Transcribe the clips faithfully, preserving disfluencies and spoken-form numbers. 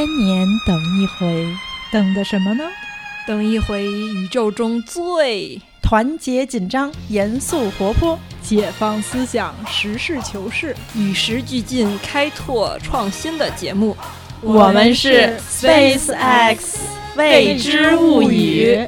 千年等一回，等的什么呢？ 等一回宇宙中最团结紧张、严肃活泼、 解放思想、实事求是、与时俱进、开拓创新的节目。 我们是 SpaceX 未知物语。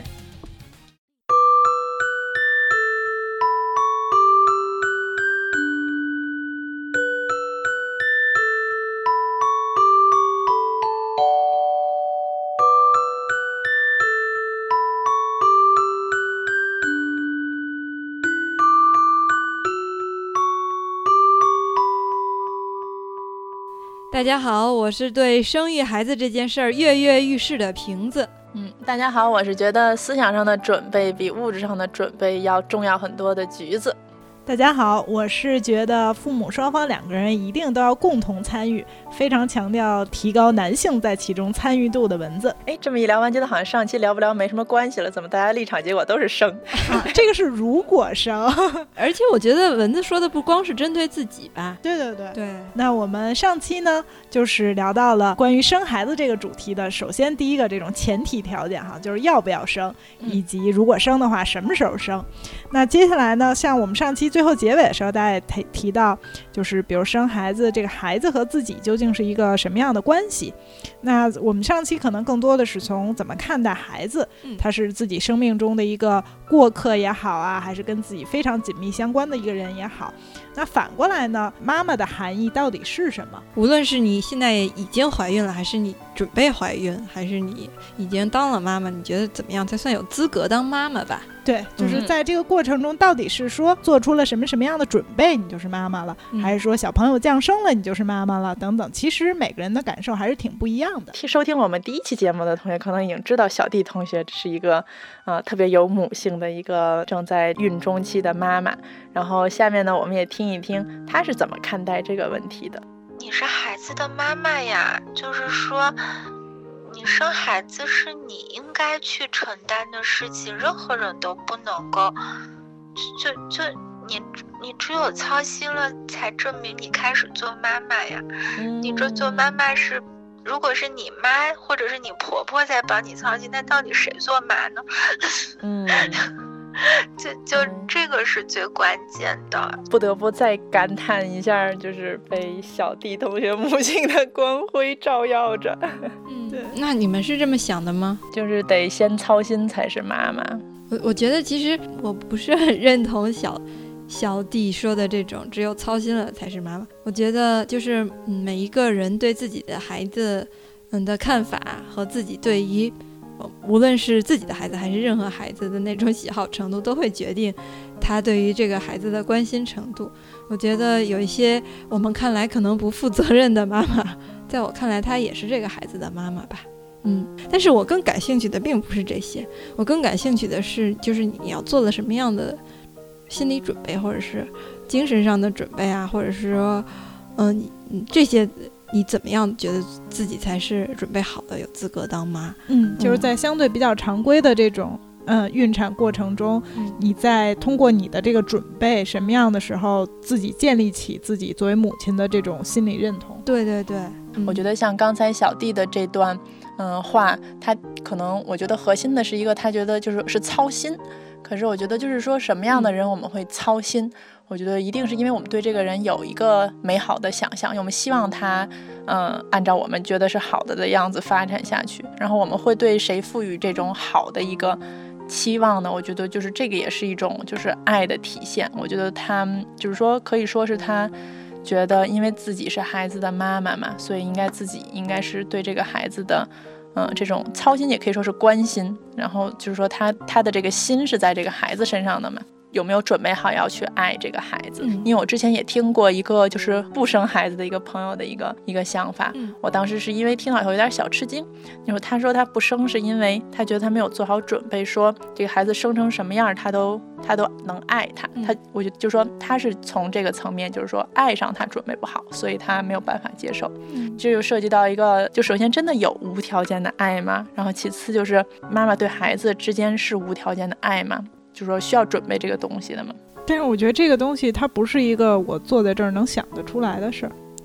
大家好，我是对生育孩子这件事儿跃跃欲试的瓶子。 嗯，大家好，我是觉得思想上的准备比物质上的准备要重要很多的橘子。 大家好，我是觉得父母双方两个人一定都要共同参与，非常强调提高男性在其中参与度的蚊子。 哎，这么一聊完，觉得好像上期聊不聊没什么关系了，怎么大家立场结果都是生？ 啊、这个是如果生， 而且我觉得蚊子说的不光是针对自己吧？ 对对对对。 那我们上期呢，就是聊到了关于生孩子这个主题的，首先第一个这种前提条件哈，就是要不要生，以及如果生的话什么时候生。那接下来呢，像我们上期最后结尾的时候，大家也提提到，就是比如生孩子，这个孩子和自己究竟是一个什么样的关系？那我们上期可能更多的是从怎么看待孩子，他是自己生命中的一个过客也好啊，还是跟自己非常紧密相关的一个人也好。那反过来呢，妈妈的含义到底是什么？ 无论是你现在已经怀孕了，还是你准备怀孕，还是你已经当了妈妈，你觉得怎么样才算有资格当妈妈吧？ 对，就是在这个过程中，到底是说做出了什么什么样的准备，你就是妈妈了，嗯、还是说小朋友降生了，你就是妈妈了，等等。其实每个人的感受还是挺不一样的。 收听我们第一期节目的同学，可能已经知道小弟同学是一个呃特别有母性的一个正在孕中期的妈妈。然后下面呢，我们也听一听她是怎么看待这个问题的。 你是孩子的妈妈呀，就是说你生孩子是你应该去承担的事情，任何人都不能够就就你你只有操心了才证明你开始做妈妈呀、嗯、你这做妈妈是如果是你妈或者是你婆婆在帮你操心，那到底谁做妈呢？嗯就就这个是最关键的。 不得不再感叹一下，就是被小弟同学母亲的光辉照耀着。 嗯，对。那你们是这么想的吗？ 就是得先操心才是妈妈。 我我觉得其实我不是很认同小小弟说的这种只有操心了才是妈妈。我觉得就是每一个人对自己的孩子嗯的看法和自己对于无论是自己的孩子还是任何孩子的那种喜好程度，都会决定他对于这个孩子的关心程度。我觉得有一些我们看来可能不负责任的妈妈，在我看来她也是这个孩子的妈妈吧。嗯，但是我更感兴趣的并不是这些，我更感兴趣的是就是你要做了什么样的心理准备，或者是精神上的准备啊，或者是说嗯、呃、这些你怎么样觉得自己才是准备好的有资格当妈。 嗯，就是在相对比较常规的这种呃孕产过程中、嗯、你在通过你的这个准备什么样的时候自己建立起自己作为母亲的这种心理认同。 对对对、 嗯、我觉得像刚才小弟的这段嗯话，他可能我觉得核心的是一个他觉得就是是操心，可是我觉得就是说什么样的人我们会操心、嗯，我觉得一定是因为我们对这个人有一个美好的想象，我们希望他嗯，按照我们觉得是好的的样子发展下去，然后我们会对谁赋予这种好的一个期望呢？我觉得就是这个也是一种就是爱的体现。我觉得他就是说可以说是他觉得因为自己是孩子的妈妈嘛，所以应该自己应该是对这个孩子的嗯，这种操心也可以说是关心，然后就是说他他的这个心是在这个孩子身上的嘛，有没有准备好要去爱这个孩子、嗯、因为我之前也听过一个就是不生孩子的一个朋友的一个一个想法、嗯、我当时是因为听到以后有点小吃惊，就是他说他不生是因为他觉得他没有做好准备，说这个孩子生成什么样他都他都能爱他、嗯、他我就就说他是从这个层面就是说爱上他准备不好，所以他没有办法接受、嗯、这就涉及到一个就首先真的有无条件的爱吗？然后其次就是妈妈对孩子之间是无条件的爱吗？就是说需要准备这个东西的吗？ 但是我觉得这个东西它不是一个我坐在这儿能想得出来的事儿。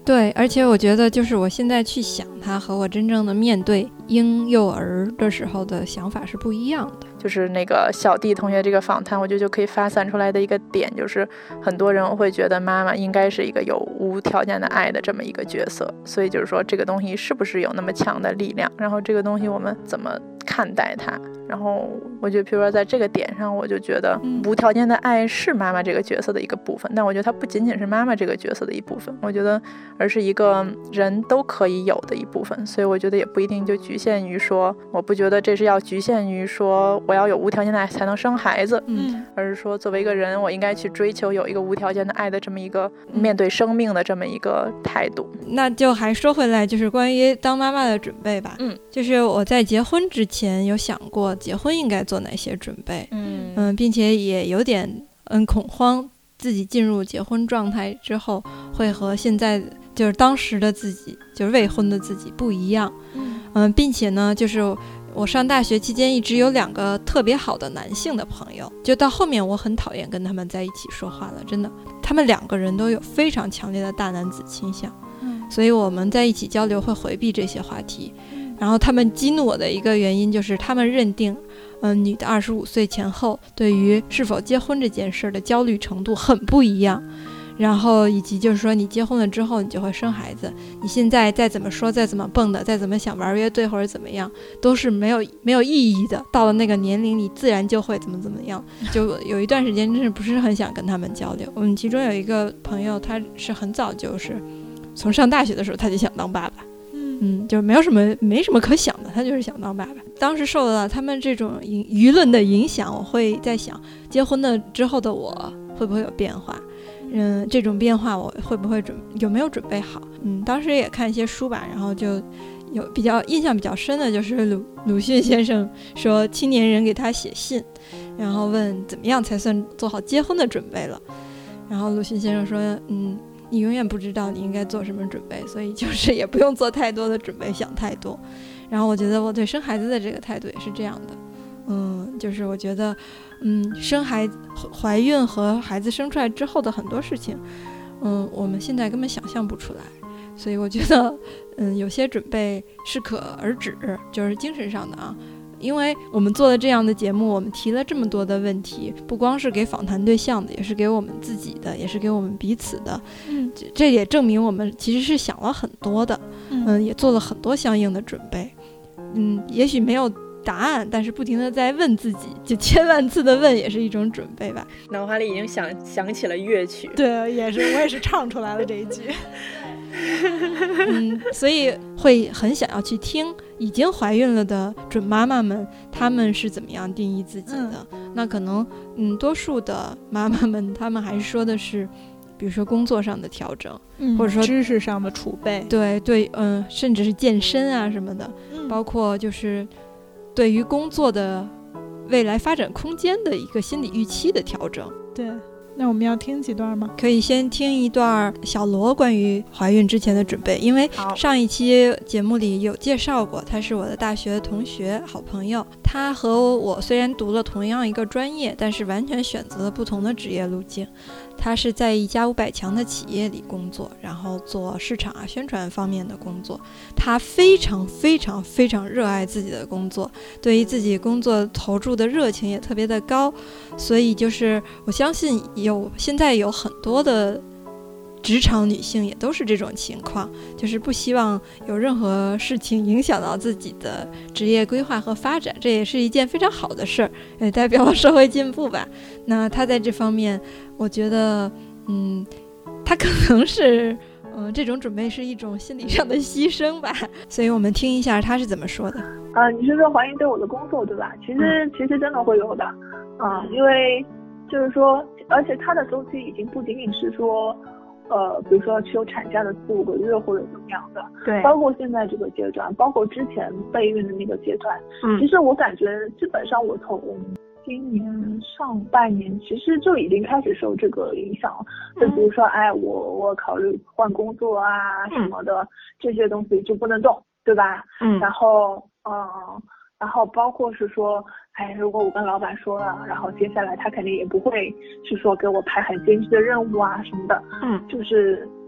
对，而且我觉得就是我现在去想他和我真正的面对婴幼儿的时候的想法是不一样的。 就是那个小弟同学这个访谈，我觉得就可以发散出来的一个点，就是很多人会觉得妈妈应该是一个有无条件的爱的这么一个角色，所以就是说这个东西是不是有那么强的力量，然后这个东西我们怎么看待它。然后我觉得比如说在这个点上，我就觉得无条件的爱是妈妈这个角色的一个部分，但我觉得它不仅仅是妈妈这个角色的一部分，我觉得而是一个人都可以有的一部分。所以我觉得也不一定就局限于说，我不觉得这是要局限于说我要有无条件的爱才能生孩子， 嗯， 而是说作为一个人，我应该去追求有一个无条件的爱的这么一个面对生命的这么一个态度。 那就还说回来，就是关于当妈妈的准备吧。 嗯， 就是我在结婚之前有想过结婚应该做哪些准备， 嗯嗯，并且也有点嗯恐慌，自己进入结婚状态之后会和现在就是当时的自己，就是未婚的自己不一样。 嗯嗯，并且呢，就是我上大学期间一直有两个特别好的男性的朋友，就到后面我很讨厌跟他们在一起说话了，真的，他们两个人都有非常强烈的大男子倾向， 嗯， 所以我们在一起交流会回避这些话题。然后他们激怒我的一个原因就是他们认定嗯、呃，女的二十五岁前后对于是否结婚这件事的焦虑程度很不一样，然后以及就是说你结婚了之后你就会生孩子，你现在再怎么说再怎么蹦的再怎么想玩乐队或者怎么样都是没有没有意义的，到了那个年龄你自然就会怎么怎么样。就有一段时间真是不是很想跟他们交流。我们其中有一个朋友他是很早就是从上大学的时候他就想当爸爸，嗯，就没有什么没什么可想的，他就是想当爸爸。当时受到他们这种舆论的影响，我会在想结婚了之后的我会不会有变化，嗯，这种变化我会不会准有没有准备好。嗯，当时也看一些书吧，然后就有比较印象比较深的就是鲁鲁迅先生说青年人给他写信，然后问怎么样才算做好结婚的准备了，然后鲁迅先生说嗯你永远不知道你应该做什么准备，所以就是也不用做太多的准备，想太多。然后我觉得我对生孩子的这个态度也是这样的，嗯，就是我觉得嗯，生孩怀孕和孩子生出来之后的很多事情，嗯，我们现在根本想象不出来，所以我觉得嗯，有些准备适可而止，就是精神上的啊。因为我们做了这样的节目，我们提了这么多的问题，不光是给访谈对象的，也是给我们自己的，也是给我们彼此的。 嗯， 这也证明我们其实是想了很多的， 嗯， 嗯，也做了很多相应的准备。嗯，也许没有答案，但是不停的在问自己，就千万次的问也是一种准备吧。 脑海里已经想想起了乐曲， 对，也是我也是唱出来了这一句。 嗯，所以会很想要去听已经怀孕了的准妈妈们，她们是怎么样定义自己的。嗯，那可能嗯，多数的妈妈们她们还是说的是比如说工作上的调整， 嗯， 或者说知识上的储备， 对对，嗯，甚至是健身啊什么的， 嗯， 包括就是对于工作的未来发展空间的一个心理预期的调整。 对，那我们要听几段吗？ 可以先听一段小罗关于怀孕之前的准备，因为上一期节目里有介绍过，他是我的大学同学好朋友，他和我虽然读了同样一个专业，但是完全选择了不同的职业路径。他是在一家五百强的企业里工作，然后做市场啊宣传方面的工作。他非常非常非常热爱自己的工作，对于自己工作投注的热情也特别的高，所以就是我相信有现在有很多的职场女性也都是这种情况，就是不希望有任何事情影响到自己的职业规划和发展，这也是一件非常好的事儿，也代表了社会进步吧。那他在这方面我觉得嗯，他可能是嗯，这种准备是一种心理上的牺牲吧，所以我们听一下他是怎么说的。 呃，你是说怀孕对我的工作对吧？其实、嗯、其实真的会有的，嗯，因为就是说，而且它的周期已经不仅仅是说呃，比如说只有产假的四五个月或者怎么样的， 对， 包括现在这个阶段，包括之前备孕的那个阶段，嗯，其实我感觉基本上我从今年上半年其实就已经开始受这个影响了，就比如说，哎，我我考虑换工作啊什么的，嗯，这些东西就不能动，对吧？嗯，然后嗯。然后包括是说，哎，如果我跟老板说了，然后接下来他肯定也不会是说给我排很艰巨的任务啊什么的，嗯，就是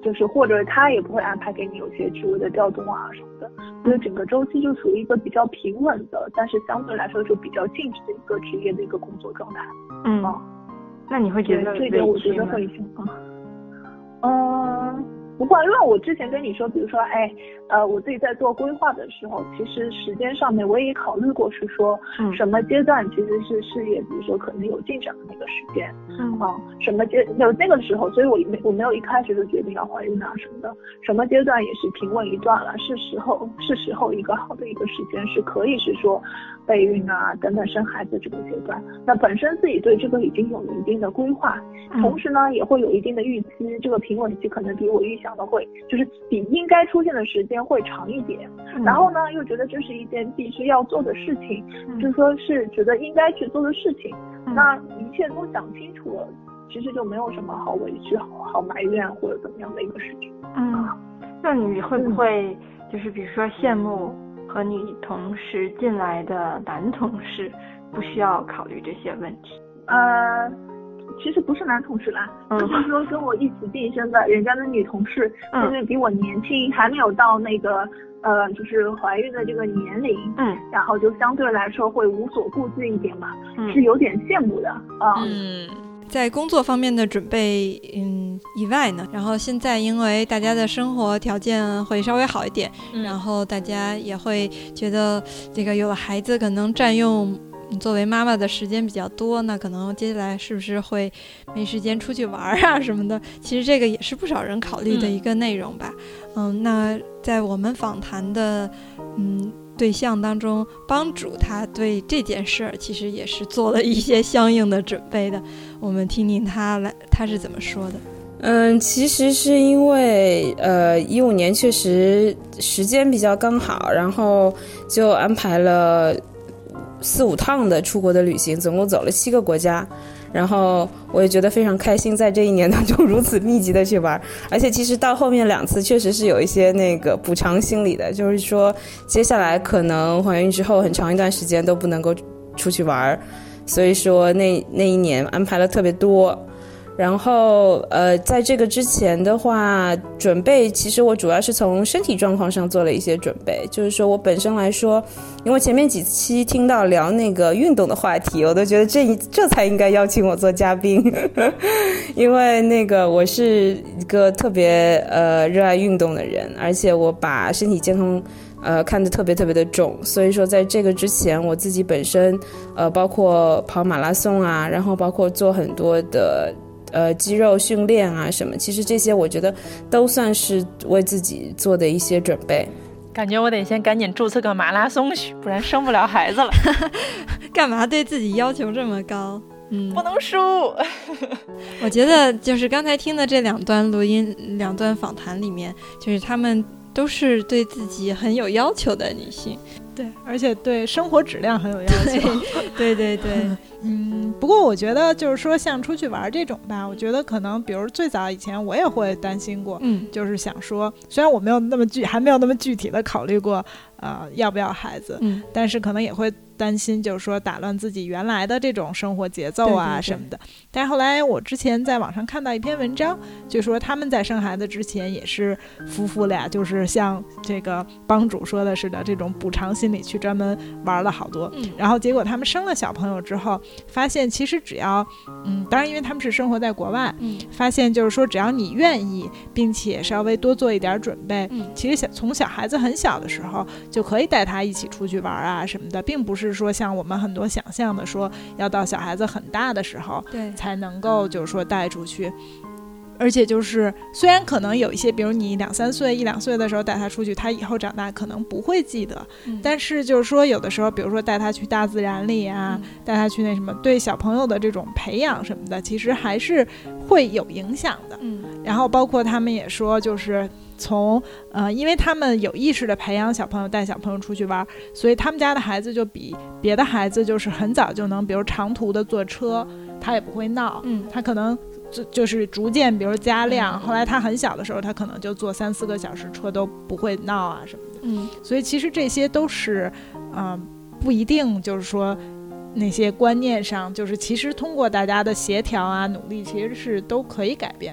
就是或者他也不会安排给你有些职位的调动啊什么的，所以整个周期就属于一个比较平稳的，但是相对来说就比较静止的一个职业的一个工作状态。 嗯，哦、那你会觉得这一点我觉得会行啊。嗯，不过因为我之前跟你说，比如说，哎，呃，我自己在做规划的时候，其实时间上面我也考虑过，是说什么阶段其实是事业，比如说可能有进展的那个时间，嗯啊，什么阶有那个时候，所以我没我没有一开始就决定要怀孕啊什么的，什么阶段也是平稳一段了，是时候是时候一个好的一个时间是可以是说备孕啊等等生孩子这个阶段，那本身自己对这个已经有了一定的规划，同时呢也会有一定的预期，这个平稳期可能比我预想的会就是比应该出现的时间会长一点，嗯、然后呢又觉得这是一件必须要做的事情，嗯、就是说是觉得应该去做的事情，嗯、那一切都想清楚了，其实就没有什么好委屈、好好埋怨或者怎么样的一个事情。 嗯，那你会不会就是比如说羡慕和你同时进来的男同事不需要考虑这些问题？ 呃。其实不是男同事啦，嗯、就是说跟我一起晋升的人家的女同事，因为比我年轻，还没有到那个呃，就是怀孕的这个年龄，嗯，然后就相对来说会无所顾忌一点嘛，嗯、是有点羡慕的啊。 嗯，在工作方面的准备，嗯以外呢，然后现在因为大家的生活条件会稍微好一点，嗯、然后大家也会觉得这个有了孩子可能占用作为妈妈的时间比较多，那可能接下来是不是会没时间出去玩啊什么的，其实这个也是不少人考虑的一个内容吧。嗯, 嗯那在我们访谈的嗯对象当中，帮主他对这件事儿其实也是做了一些相应的准备的，我们听听他来他是怎么说的。 嗯，其实是因为呃一五年确实时间比较刚好，然后就安排了四五趟的出国的旅行，总共走了七个国家，然后我也觉得非常开心，在这一年当中如此密集的去玩，而且其实到后面两次确实是有一些那个补偿心理的，就是说接下来可能怀孕之后很长一段时间都不能够出去玩，所以说那那一年安排了特别多。然后呃，在这个之前的话，准备其实我主要是从身体状况上做了一些准备，就是说我本身来说，因为前面几期听到聊那个运动的话题，我都觉得这这才应该邀请我做嘉宾，因为那个我是一个特别呃热爱运动的人，而且我把身体健康呃，看得特别特别的重，所以说在这个之前，我自己本身，呃，包括跑马拉松啊，然后包括做很多的呃肌肉训练啊什么，其实这些我觉得都算是为自己做的一些准备。 感觉我得先赶紧注册个马拉松去，不然生不了孩子了。 干嘛对自己要求这么高？嗯， 不能输。 我觉得就是刚才听的这两段录音、两段访谈里面，就是他们都是对自己很有要求的女性， 对，而且对生活质量很有要求。 对对对对， 嗯，不过我觉得就是说像出去玩这种吧，我觉得可能比如最早以前我也会担心过，嗯，就是想说，虽然我没有那么具还没有那么具体的考虑过呃要不要孩子，嗯，但是可能也会担心就是说打乱自己原来的这种生活节奏啊什么的。对对对，但是后来我之前在网上看到一篇文章，就说他们在生孩子之前也是夫妇俩就是像这个帮主说的似的，这种补偿心理去专门玩了好多，嗯，然后结果他们生了小朋友之后发现其实只要嗯，当然因为他们是生活在国外，嗯，发现就是说只要你愿意并且稍微多做一点准备，嗯，其实小从小孩子很小的时候就可以带他一起出去玩啊什么的，并不是说像我们很多想象的说要到小孩子很大的时候才能够就是说带出去。而且就是虽然可能有一些比如你两三岁一两岁的时候带他出去，他以后长大可能不会记得，嗯，但是就是说有的时候比如说带他去大自然里啊，嗯，带他去那什么，对小朋友的这种培养什么的其实还是会有影响的，嗯，然后包括他们也说就是从呃，因为他们有意识的培养小朋友带小朋友出去玩，所以他们家的孩子就比别的孩子就是很早就能比如长途的坐车他也不会闹，嗯，他可能就就是逐渐比如加量，后来他很小的时候他可能就坐三四个小时车都不会闹啊什么的，嗯，所以其实这些都是嗯、呃，不一定就是说那些观念上就是其实通过大家的协调啊努力其实是都可以改变的。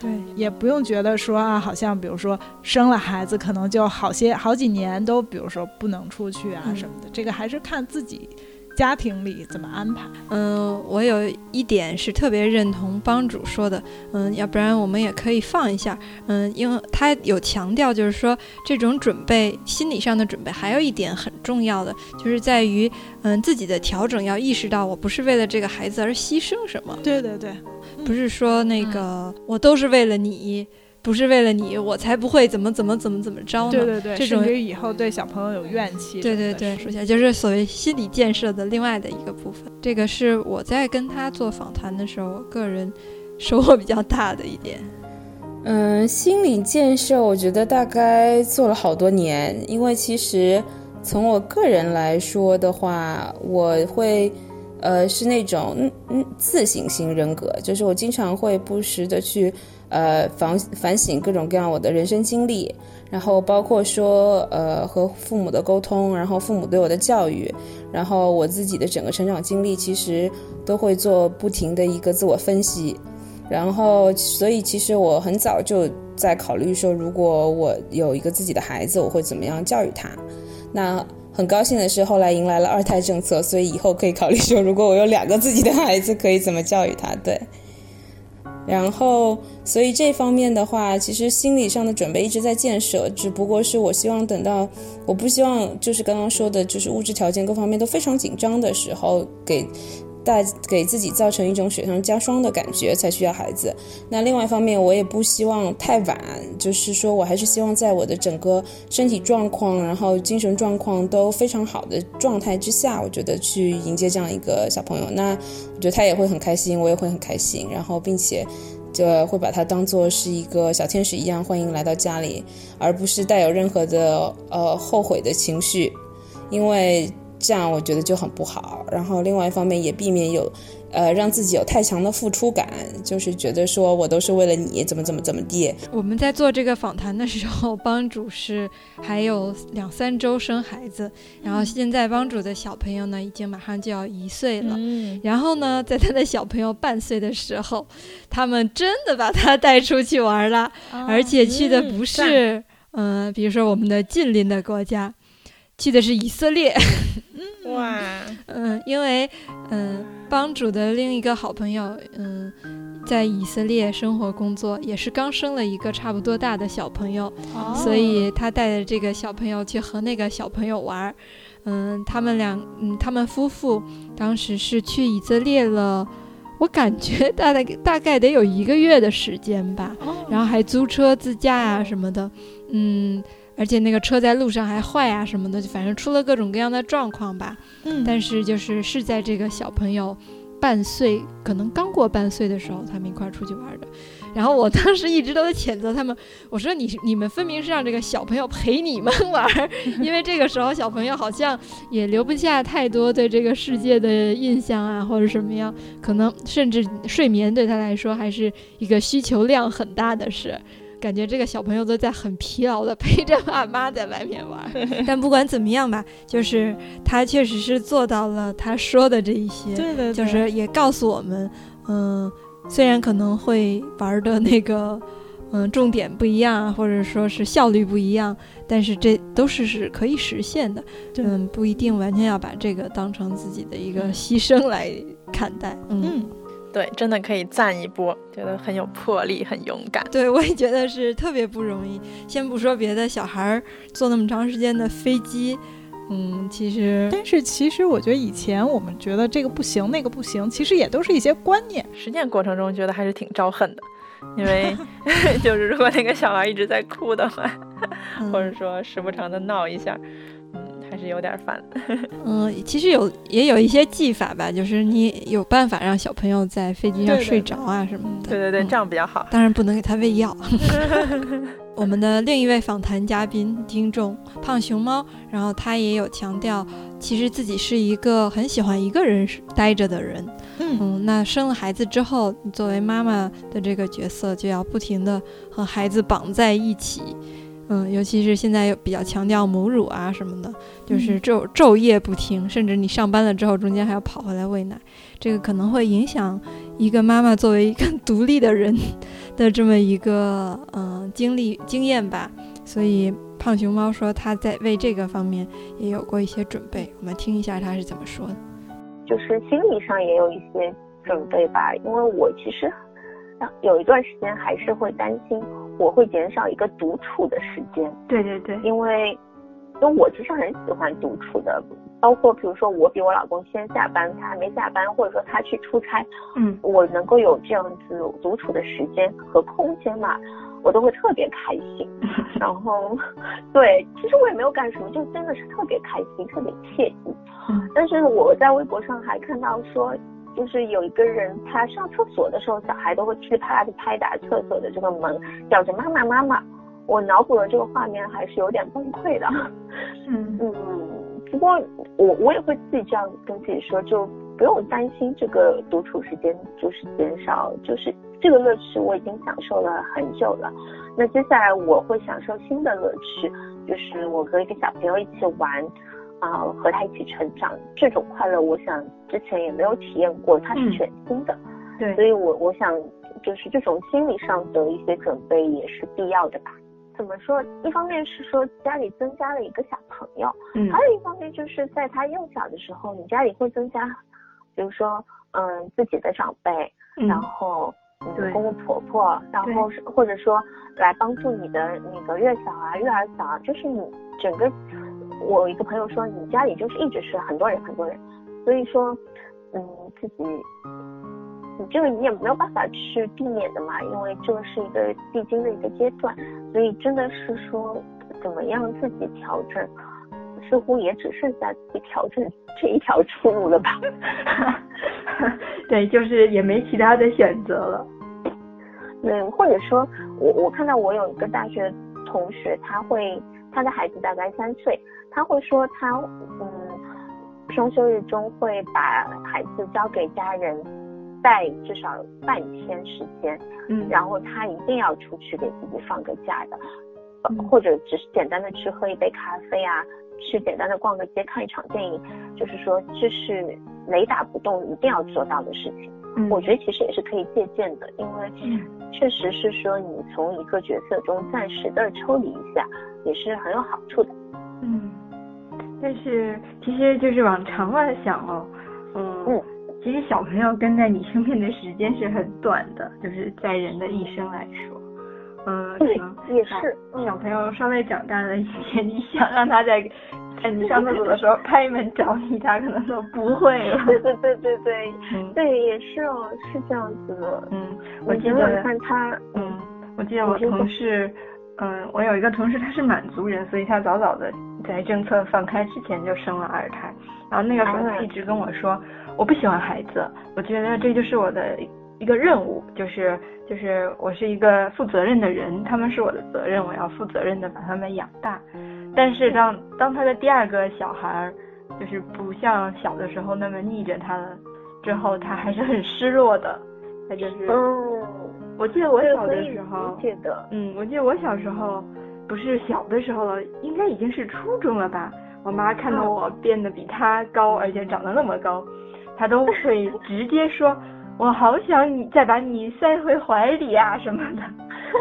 对，也不用觉得说啊，好像比如说生了孩子可能就好些好几年都比如说不能出去啊什么的、嗯、这个还是看自己家庭里怎么安排。 嗯，我有一点是特别认同帮主说的，嗯，要不然我们也可以放一下，嗯，因为他有强调就是说这种准备心理上的准备还有一点很重要的，就是在于嗯自己的调整要意识到我不是为了这个孩子而牺牲什么。 对对对， 不是说那个、嗯、我都是为了你，不是为了你我才不会怎么怎么怎么怎么着呢。 对对对， 这种甚至以后对小朋友有怨气。 对对对，说起来就是所谓心理建设的另外的一个部分。这个是我在跟他做访谈的时候，我个人收获比较大的一点。 嗯，心理建设我觉得大概做了好多年，因为其实从我个人来说的话，我会呃是那种嗯嗯自省型人格，就是我经常会不时的去呃反反省各种各样我的人生经历，然后包括说呃和父母的沟通，然后父母对我的教育，然后我自己的整个成长经历，其实都会做不停的一个自我分析。然后所以其实我很早就在考虑说，如果我有一个自己的孩子，我会怎么样教育他。那很高兴的是后来迎来了二胎政策，所以以后可以考虑说，如果我有两个自己的孩子，可以怎么教育他。对，然后所以这方面的话，其实心理上的准备一直在建设，只不过是我希望等到我不希望就是刚刚说的就是物质条件各方面都非常紧张的时候，给大给自己造成一种雪上加霜的感觉才需要孩子。那另外一方面我也不希望太晚，就是说我还是希望在我的整个身体状况然后精神状况都非常好的状态之下，我觉得去迎接这样一个小朋友。那我觉得他也会很开心，我也会很开心，然后并且就会把他当作是一个小天使一样欢迎来到家里，而不是带有任何的呃后悔的情绪，因为这样我觉得就很不好。然后另外一方面也避免有呃让自己有太强的付出感，就是觉得说我都是为了你怎么怎么怎么地。 我们在做这个访谈的时候，帮主是还有两三周生孩子，然后现在帮主的小朋友呢已经马上就要一岁了、嗯、然后呢在他的小朋友半岁的时候，他们真的把他带出去玩了、哦、而且去的不是嗯、呃，比如说我们的近邻的国家，去的是以色列。 哇， 嗯，因为嗯，帮主的另一个好朋友，嗯，在以色列生活工作，也是刚生了一个差不多大的小朋友，哦、所以他带着这个小朋友去和那个小朋友玩。嗯，他们俩，嗯，他们夫妇当时是去以色列了，我感觉大概大概得有一个月的时间吧，哦、然后还租车自驾啊什么的，嗯。而且那个车在路上还坏啊什么的，反正出了各种各样的状况吧。嗯，但是就是是在这个小朋友半岁，可能刚过半岁的时候，他们一块出去玩的。然后我当时一直都在谴责他们，我说你你们分明是让这个小朋友陪你们玩，因为这个时候小朋友好像也留不下太多对这个世界的印象啊，或者什么样，可能甚至睡眠对他来说还是一个需求量很大的事。感觉这个小朋友都在很疲劳的陪着爸妈在外面玩。但不管怎么样吧，就是他确实是做到了他说的这一些， 对对对， 就是也告诉我们，嗯，虽然可能会玩的那个嗯重点不一样，或者说是效率不一样，但是这都是是可以实现的。嗯，不一定完全要把这个当成自己的一个牺牲来看待。嗯。嗯， 对，真的可以赞一波，觉得很有魄力，很勇敢。 对，我也觉得是特别不容易。先不说别的，小孩坐那么长时间的飞机，嗯，其实， 但是其实我觉得以前我们觉得这个不行，那个不行，其实也都是一些观念。 实践过程中觉得还是挺招恨的，因为就是如果那个小孩一直在哭的话，嗯、或者说时不常的闹一下。还是有点烦。 嗯，其实有也有一些技法吧，就是你有办法让小朋友在飞机上睡着啊什么的。 对对对，嗯、这样比较好。 当然不能给他喂药。我们的另一位访谈嘉宾听众胖熊猫，然后他也有强调，其实自己是一个很喜欢一个人待着的人。嗯, 嗯，那生了孩子之后，你作为妈妈的这个角色就要不停的和孩子绑在一起。嗯，尤其是现在又比较强调母乳啊什么的，就是昼昼夜不停，甚至你上班了之后中间还要跑回来喂奶，这个可能会影响一个妈妈作为一个独立的人的这么一个嗯、呃、经历经验吧，所以胖熊猫说他在为这个方面也有过一些准备，我们听一下他是怎么说的。 就是心理上也有一些准备吧，因为我其实有一段时间还是会担心我会减少一个独处的时间。 对对对， 因为因为我其实很喜欢独处的，包括比如说我比我老公先下班，他还没下班，或者说他去出差， 嗯， 我能够有这样子独处的时间和空间嘛，我都会特别开心。然后对，其实我也没有干什么，就真的是特别开心，特别惬意。 嗯， 但是我在微博上还看到说，就是有一个人他上厕所的时候，小孩都会噼里啪啦的拍打厕所的这个门，叫着妈妈妈妈。我脑补了这个画面还是有点崩溃的。 嗯嗯，不过我我也会自己这样跟自己说，就不用担心这个独处时间就是减少，就是这个乐趣我已经享受了很久了。那接下来我会享受新的乐趣，就是我和一个小朋友一起玩啊、呃，和他一起成长，这种快乐我想之前也没有体验过，它是全新的。 嗯、对， 所以我我想就是这种心理上的一些准备也是必要的吧。怎么说？一方面是说家里增加了一个小朋友， 嗯， 还有一方面就是在他幼小的时候，你家里会增加，比如说嗯自己的长辈， 嗯、 然后你的公公婆婆，然后或者说来帮助你的那个月嫂啊、月儿嫂啊，就是你整个，我一个朋友说你家里就是一直是很多人很多人，所以说嗯自己。你这个你也没有办法去避免的嘛，因为这个是一个必经的一个阶段，所以真的是说怎么样自己调整，似乎也只剩下自己调整这一条出路了吧。 对，就是也没其他的选择了。 嗯，或者说我我看到我有一个大学同学，他会他的孩子大概三岁，他会说他嗯双休日中会把孩子交给家人带至少半天时间， 嗯， 然后他一定要出去给自己放个假的， 嗯、 或者只是简单的去喝一杯咖啡啊，去简单的逛个街看一场电影，就是说这是雷打不动一定要做到的事情。 嗯， 我觉得其实也是可以借鉴的，因为确实是说你从一个角色中暂时的抽离一下，也是很有好处的。 嗯，但是其实就是往长了想哦，嗯。嗯其实小朋友跟在你身边的时间是很短的，就是在人的一生来说，嗯， 对，也是。 小朋友稍微长大了一些，你想让他在在你上厕所的时候开门找你，他可能都不会了。 对对对对对， 嗯、 对，也是哦，是这样子的。 嗯，我记得看他， 嗯，我记得我同事，嗯，我有一个同事他是满族人，所以他早早的在政策放开之前就生了二胎，然后那个时候他一直跟我说。我不喜欢孩子，我觉得这就是我的一个任务，就是就是我是一个负责任的人，他们是我的责任，我要负责任的把他们养大。但是当当他的第二个小孩就是不像小的时候那么腻着他了之后，他还是很失落的。他就是， 嗯， 我记得我小的时候， 记得， 嗯，我记得我小时候不是小的时候了，应该已经是初中了吧。我妈看到我变得比他高，而且长得那么高。他都会直接说我好想你再把你塞回怀里啊什么的。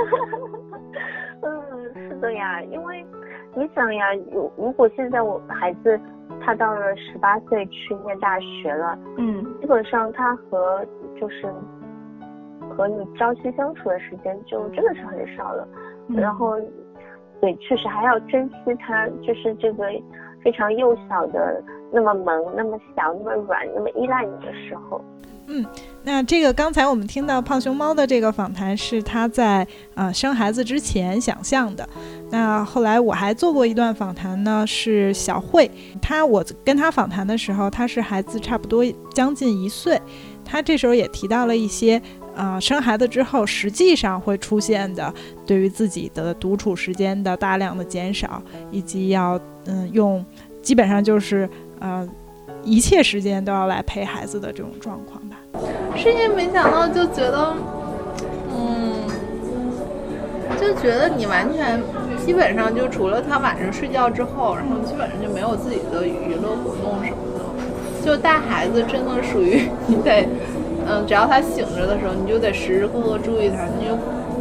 嗯，是的呀，因为你想呀，如如果现在我孩子他到了十八岁去念大学了， 嗯， 基本上他和就是和你朝夕相处的时间就真的是很少了。嗯、然后对，确实还要珍惜他，就是这个非常幼小的那么萌那么小那么软那么依赖你的时候。 嗯，那这个刚才我们听到胖熊猫的这个访谈是他在呃生孩子之前想象的。那后来我还做过一段访谈呢，是小慧，他我跟他访谈的时候，他是孩子差不多将近一岁，他这时候也提到了一些呃生孩子之后实际上会出现的对于自己的独处时间的大量的减少，以及要嗯、呃、用基本上就是呃一切时间都要来陪孩子的这种状况吧。 是因为没想到就觉得嗯就觉得你完全基本上就除了他晚上睡觉之后，然后基本上就没有自己的娱乐活动什么的，就带孩子真的属于你得嗯只要他醒着的时候你就得时时刻刻注意他，你就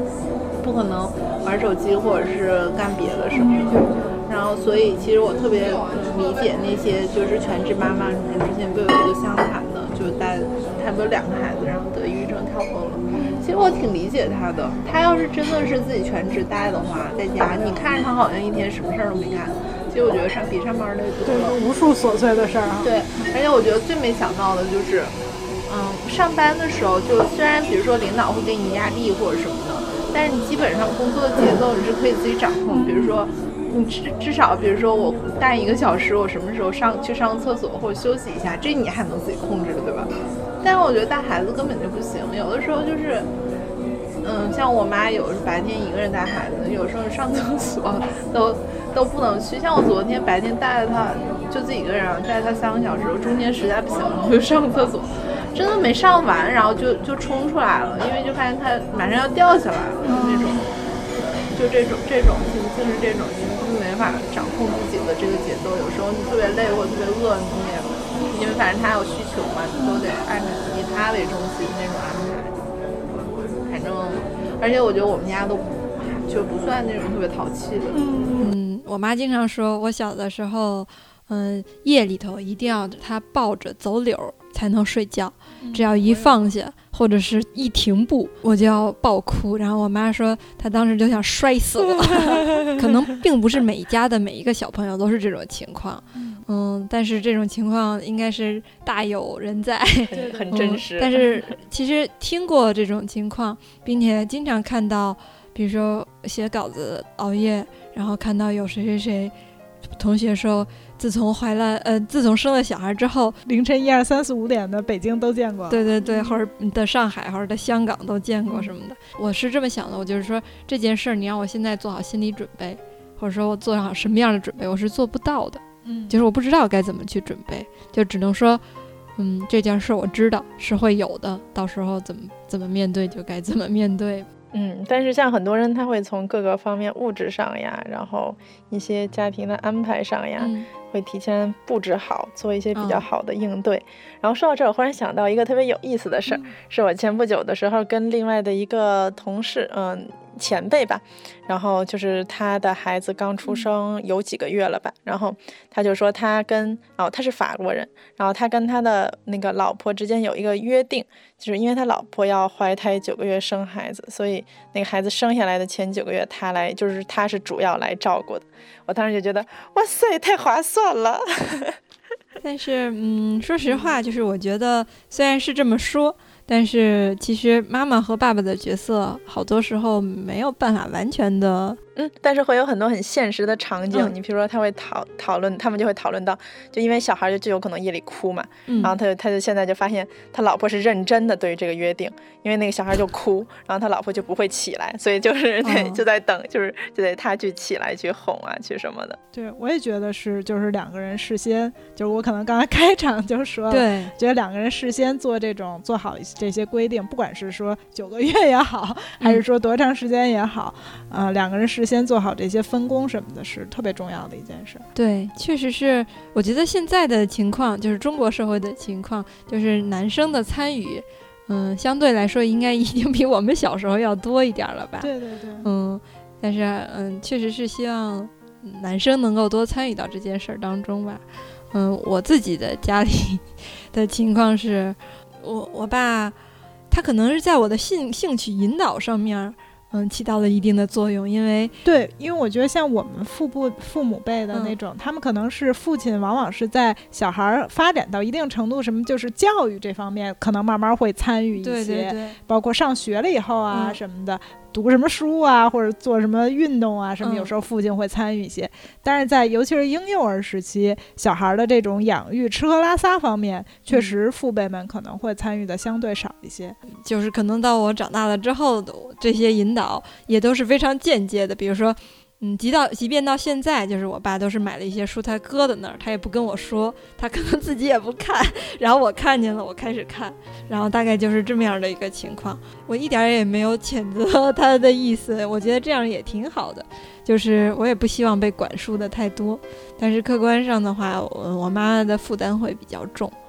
不可能玩手机或者是干别的什么的。然后所以其实我特别理解那些就是全职妈妈什么，之前不有一个湘潭的，就带他们有两个孩子，然后得抑郁症跳楼了。其实我挺理解他的，他要是真的是自己全职带的话，在家你看着他好像一天什么事儿都没干，其实我觉得上比上班累多了， 对，无数琐碎的事儿啊。 对，而且我觉得最没想到的就是，嗯，上班的时候就虽然比如说领导会给你压力或者什么的，但是你基本上工作的节奏你是可以自己掌控，比如说。你至至少比如说我干一个小时，我什么时候上去上个厕所或者休息一下，这你还能自己控制的，对吧？但是我觉得带孩子根本就不行，有的时候就是嗯，像我妈有时白天一个人带孩子，有时候上厕所都都不能去。像我昨天白天带着她就自己一个人带她三个小时，我中间实在不行了我就上个厕所，真的没上完然后就就冲出来了，因为就发现她马上要掉下来了那种，就这种这种情境是这种情境没法掌控自己的这个节奏，有时候你特别累或者特别饿，你也因为反正他有需求嘛，你都得按照以他为中心那种安排。反正而且我觉得我们家都就不算那种特别淘气的。 嗯，我妈经常说我小的时候嗯，夜里头一定要她抱着走柳才能睡觉，只要一放下或者是一停步我就要爆哭，然后我妈说她当时就想摔死了可能并不是每一家的每一个小朋友都是这种情况，嗯，但是这种情况应该是大有人在， 很, 很真实、 嗯、但是其实听过这种情况，并且经常看到比如说写稿子熬夜，然后看到有谁谁谁同学说自从怀了呃，自从生了小孩之后， 凌晨一二三四五点的北京都见过， 对对对，或者的上海或者的香港都见过什么的、嗯、我是这么想的，我就是说这件事你让我现在做好心理准备，或者说我做好什么样的准备，我是做不到的，嗯，就是我不知道该怎么去准备，就只能说嗯，这件事我知道是会有的，到时候怎么怎么面对就该怎么面对。 嗯，但是像很多人他会从各个方面物质上呀，然后一些家庭的安排上呀、嗯、会提前布置好，做一些比较好的应对、哦、然后说到这儿我忽然想到一个特别有意思的事儿、嗯、是我前不久的时候跟另外的一个同事嗯前辈吧，然后就是他的孩子刚出生有几个月了吧，然后他就说他跟哦他是法国人，然后他跟他的那个老婆之间有一个约定，就是因为他老婆要怀胎九个月生孩子，所以那个孩子生下来的前九个月他来就是他是主要来照顾的。我当时就觉得哇塞太划算了但是嗯说实话就是我觉得虽然是这么说，但是其实妈妈和爸爸的角色好多时候没有办法完全的嗯，但是会有很多很现实的场景、嗯、你比如说他会讨讨论他们就会讨论到就因为小孩就有可能夜里哭嘛、嗯、然后他就他就现在就发现他老婆是认真的对于这个约定，因为那个小孩就哭然后他老婆就不会起来，所以就是对、哦、就在等就是就得他去起来去哄啊去什么的。 对，我也觉得是就是两个人事先就是我可能刚才开场就说了， 对， 觉得两个人事先做这种做好这些规定，不管是说九个月也好还是说多长时间也好、嗯、呃，两个人事先做好这些分工什么的是特别重要的一件事。 对，确实是我觉得现在的情况就是中国社会的情况，就是男生的参与嗯，相对来说应该已经比我们小时候要多一点了吧。 对对对， 嗯，但是嗯，确实是希望男生能够多参与到这件事当中吧。嗯，我自己的家里的情况是我我爸他可能是在我的兴兴趣引导上面嗯，起到了一定的作用，因为对，因为我觉得像我们父母父母辈的那种、嗯，他们可能是父亲，往往是在小孩发展到一定程度，什么就是教育这方面，可能慢慢会参与一些， 对对对， 包括上学了以后啊、嗯、什么的，读什么书啊，或者做什么运动啊，什么，有时候父亲会参与一些。嗯、但是在尤其是婴幼儿时期，小孩的这种养育、吃喝拉撒方面，确实父辈们可能会参与的相对少一些。 就是可能到我长大了之后，这些引导也都是非常间接的，比如说嗯，即到即便到现在，就是我爸都是买了一些书他搁在那儿，他也不跟我说，他可能自己也不看，然后我看见了我开始看，然后大概就是这么样的一个情况。我一点也没有谴责他的意思，我觉得这样也挺好的，就是我也不希望被管束的太多，但是客观上的话我我妈妈的负担会比较重，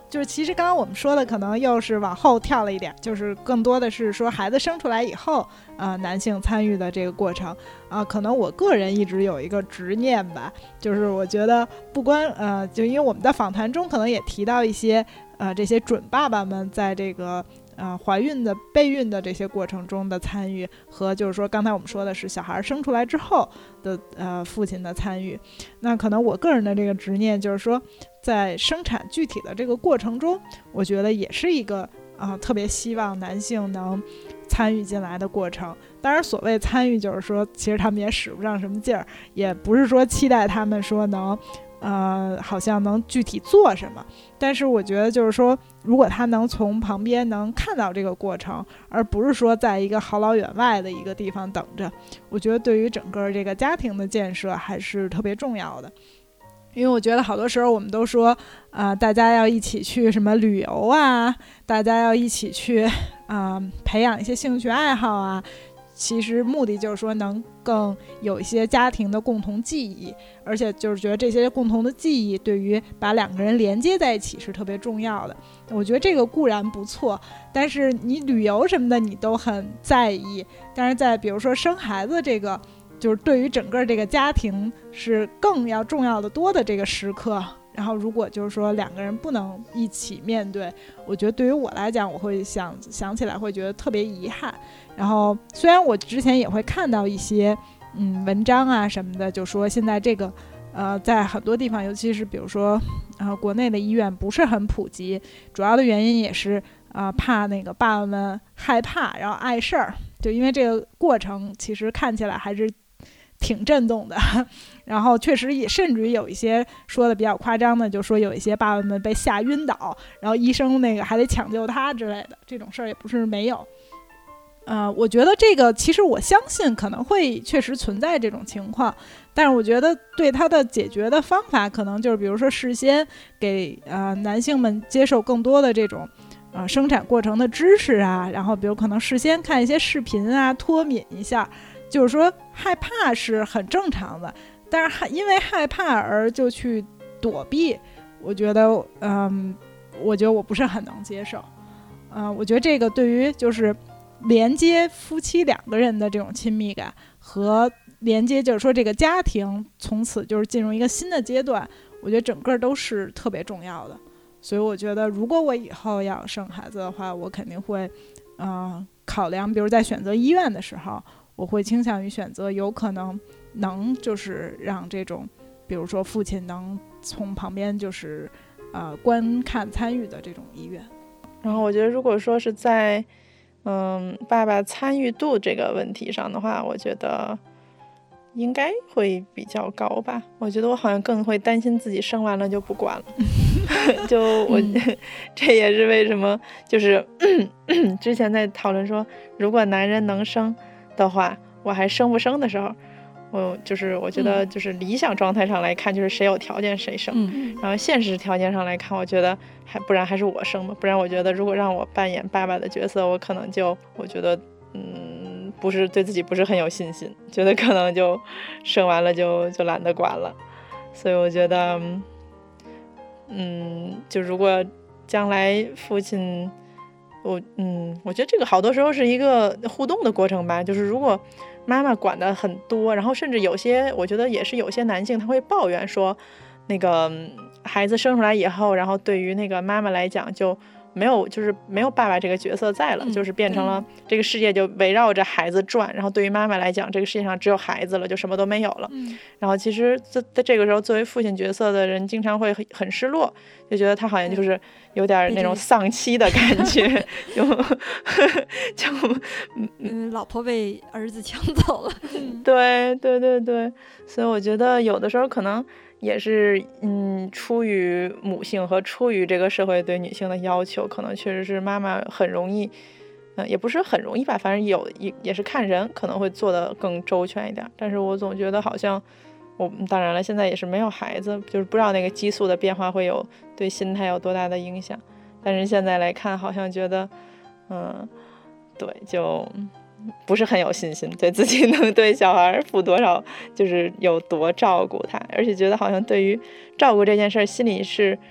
就是其实刚刚我们说的可能又是往后跳了一点，就是更多的是说孩子生出来以后，呃，男性参与的这个过程啊、呃，可能我个人一直有一个执念吧，就是我觉得不光呃，就因为我们的访谈中可能也提到一些呃这些准爸爸们在这个呃怀孕的备孕的这些过程中的参与，和就是说刚才我们说的是小孩生出来之后的呃父亲的参与，那可能我个人的这个执念就是说，在生产具体的这个过程中，我觉得也是一个啊、呃、特别希望男性能参与进来的过程。当然所谓参与就是说其实他们也使不上什么劲儿，也不是说期待他们说能呃好像能具体做什么，但是我觉得就是说如果他能从旁边能看到这个过程，而不是说在一个好老远外的一个地方等着，我觉得对于整个这个家庭的建设还是特别重要的。因为我觉得好多时候我们都说啊、呃，大家要一起去什么旅游啊，大家要一起去啊、呃、培养一些兴趣爱好啊，其实目的就是说能更有一些家庭的共同记忆，而且就是觉得这些共同的记忆对于把两个人连接在一起是特别重要的。我觉得这个固然不错，但是你旅游什么的你都很在意，但是在比如说生孩子这个就是对于整个这个家庭是更要重要的多的这个时刻，然后如果就是说两个人不能一起面对，我觉得对于我来讲我会想想起来会觉得特别遗憾。然后虽然我之前也会看到一些嗯文章啊什么的，就说现在这个呃在很多地方，尤其是比如说呃国内的医院不是很普及，主要的原因也是呃怕那个爸爸们害怕然后碍事儿，就因为这个过程其实看起来还是挺震动的，然后确实也甚至于有一些说的比较夸张的，就说有一些爸爸们被吓晕倒，然后医生那个还得抢救他之类的，这种事儿也不是没有。呃，我觉得这个其实我相信可能会确实存在这种情况，但是我觉得对它的解决的方法可能就是比如说事先给呃男性们接受更多的这种呃生产过程的知识啊，然后比如可能事先看一些视频啊，脱敏一下。就是说害怕是很正常的，但是因为害怕而就去躲避，我觉得嗯，我觉得我不是很能接受。嗯、呃，我觉得这个对于就是连接夫妻两个人的这种亲密感和连接就是说这个家庭从此就是进入一个新的阶段，我觉得整个都是特别重要的。所以我觉得如果我以后要生孩子的话，我肯定会嗯、呃、考量，比如在选择医院的时候，我会倾向于选择有可能能就是让这种比如说父亲能从旁边就是呃观看参与的这种医院。 然后我觉得如果说是在嗯爸爸参与度这个问题上的话，我觉得应该会比较高吧。我觉得我好像更会担心自己生完了就不管了就我、嗯、这也是为什么就是之前在讨论说如果男人能生的话，我还生不生的时候，我就是我觉得就是理想状态上来看，就是谁有条件谁生、嗯、然后现实条件上来看，我觉得还不然还是我生吧。不然我觉得如果让我扮演爸爸的角色，我可能就我觉得嗯不是对自己不是很有信心，觉得可能就生完了就就懒得管了。所以我觉得嗯就如果将来父亲我嗯，我觉得这个好多时候是一个互动的过程吧。就是如果妈妈管得很多，然后甚至有些我觉得也是有些男性他会抱怨说，那个孩子生出来以后，然后对于那个妈妈来讲就没有就是没有爸爸这个角色在了、嗯、就是变成了这个世界就围绕着孩子转，然后对于妈妈来讲这个世界上只有孩子了，就什么都没有了、嗯、然后其实在这个时候作为父亲角色的人经常会很失落，就觉得他好像就是有点那种丧妻的感觉就就嗯，老婆被儿子抢走了对对对对，所以我觉得有的时候可能也是嗯，出于母性和出于这个社会对女性的要求，可能确实是妈妈很容易嗯、呃，也不是很容易吧，反正有也也是看人可能会做得更周全一点。但是我总觉得好像我当然了现在也是没有孩子，就是不知道那个激素的变化会有对心态有多大的影响，但是现在来看好像觉得嗯，对，就不是很有信心对自己能对小孩负多少就是有多照顾他，而且觉得好像对于照顾这件事心里是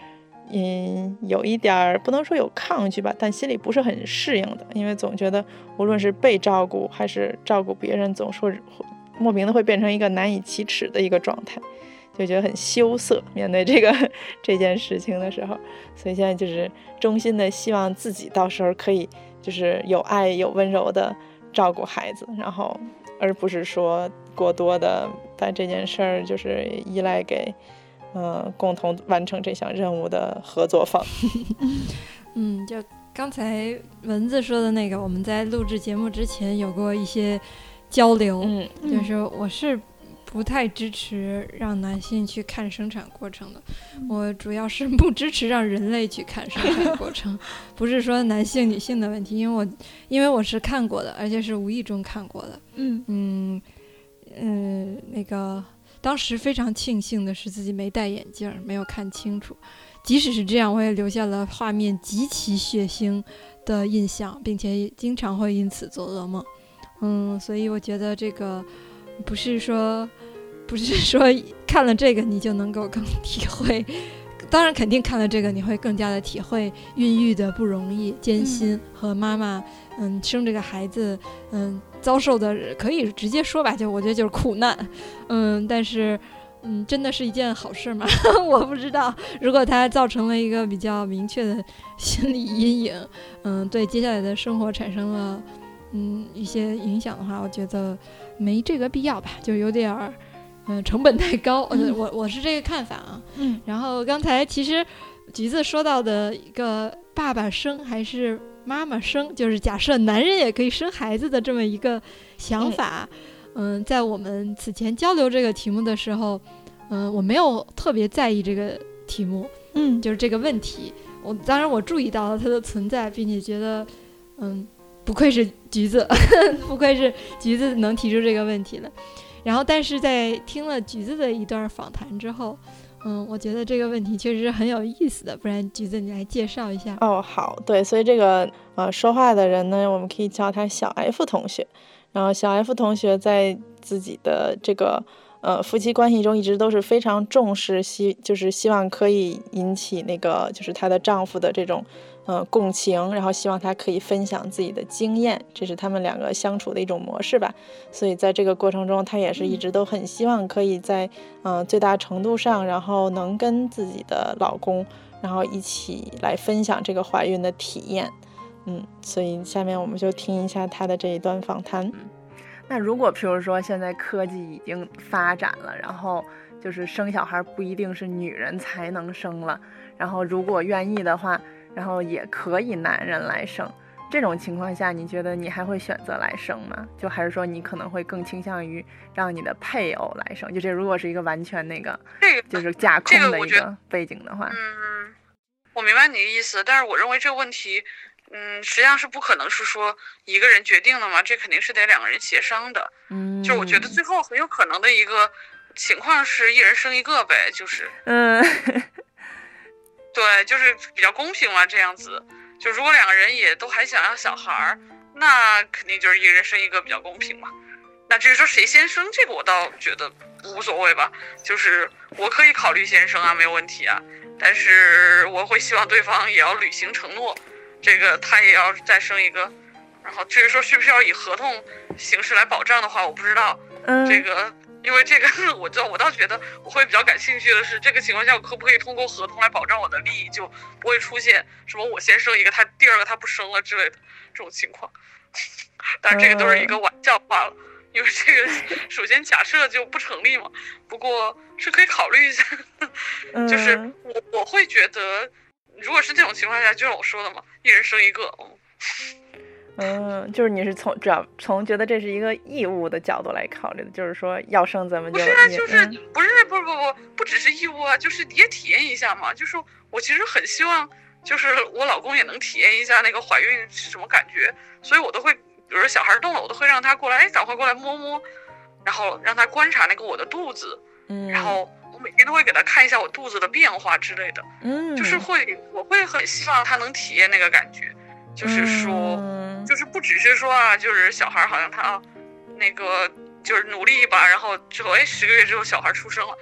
嗯，有一点不能说有抗拒吧，但心里不是很适应的，因为总觉得无论是被照顾还是照顾别人，总说莫名的会变成一个难以启齿的一个状态，就觉得很羞涩面对这个这件事情的时候。所以现在就是衷心的希望自己到时候可以就是有爱有温柔的照顾孩子，然后而不是说过多的把这件事儿就是依赖给呃，共同完成这项任务的合作方。 嗯，就刚才蚊子说的那个，我们在录制节目之前有过一些交流， 嗯， 就是我是不太支持让男性去看生产过程的，嗯、我主要是不支持让人类去看生产过程，不是说男性女性的问题，因为我因为我是看过的，而且是无意中看过的， 嗯嗯嗯，那个。当时非常庆幸的是自己没戴眼镜，没有看清楚，即使是这样我也留下了画面极其血腥的印象，并且经常会因此做噩梦。嗯，所以我觉得这个不是说不是说看了这个你就能够更体会，当然肯定看了这个你会更加的体会孕育的不容易艰辛、嗯、和妈妈嗯生这个孩子嗯遭受的，可以直接说吧，就我觉得就是苦难。嗯，但是嗯真的是一件好事吗？我不知道。如果它造成了一个比较明确的心理阴影，嗯对接下来的生活产生了嗯一些影响的话，我觉得没这个必要吧，就有点儿嗯成本太高。嗯、我我是这个看法啊。 嗯， 然后刚才其实橘子说到的一个爸爸生还是妈妈生，就是假设男人也可以生孩子的这么一个想法，嗯、呃，在我们此前交流这个题目的时候，嗯、呃，我没有特别在意这个题目， 嗯， 就是这个问题。我当然我注意到了它的存在，并且觉得，嗯，不愧是橘子，不愧是橘子能提出这个问题了。然后，但是在听了橘子的一段访谈之后。嗯，我觉得这个问题确实很有意思的，不然橘子你来介绍一下。 哦，好，对，所以这个呃说话的人呢，我们可以叫他小 F 同学。然后小 F 同学在自己的这个呃夫妻关系中一直都是非常重视，希就是希望可以引起那个就是她的丈夫的这种呃共情，然后希望他可以分享自己的经验，这是他们两个相处的一种模式吧。所以在这个过程中，她也是一直都很希望可以在呃最大程度上，然后能跟自己的老公，然后一起来分享这个怀孕的体验。嗯，所以下面我们就听一下她的这一段访谈。嗯，那如果譬如说现在科技已经发展了，然后就是生小孩不一定是女人才能生了，然后如果愿意的话，然后也可以男人来生，这种情况下你觉得你还会选择来生吗？就还是说你可能会更倾向于让你的配偶来生？就这如果是一个完全那个这个就是架空的一个背景的话。 嗯，我明白你的意思，但是我认为这个问题嗯，实际上是不可能是说一个人决定的嘛，这肯定是得两个人协商的。 嗯， 就我觉得最后很有可能的一个情况是一人生一个呗，就是嗯， 对，就是比较公平嘛，这样子。就如果两个人也都还想要小孩，那肯定就是一个人生一个比较公平嘛。那至于说谁先生，这个我倒觉得无所谓吧，就是我可以考虑先生啊，没有问题啊，但是我会希望对方也要履行承诺。这个他也要再生一个，然后至于说需不需要以合同形式来保障的话，我不知道。 嗯， 这个因为这个，我就我倒觉得我会比较感兴趣的是，这个情况下我可不可以通过合同来保障我的利益，就不会出现什么我先生一个，他第二个他不生了之类的这种情况。但是这个都是一个玩笑话了，因为这个首先假设就不成立嘛。不过是可以考虑一下，就是我我会觉得。如果是这种情况下，就像我说的嘛，一人生一个。 嗯，就是你是从主要从觉得这是一个义务的角度来考虑的，就是说要生咱们就不是啊，就是、嗯、不是不不不不只是义务啊，就是你也体验一下嘛。就是我其实很希望，就是我老公也能体验一下那个怀孕是什么感觉，所以我都会，比如说小孩动了，我都会让他过来，哎，赶快过来摸摸，然后让他观察那个我的肚子， 嗯， 然后。我每天都会给他看一下我肚子的变化之类的， 嗯， 就是会，我会很希望他能体验那个感觉，就是说， 嗯、 就是不只是说啊，就是小孩好像他啊，那个就是努力一把，然后之后哎十个月之后小孩出生了，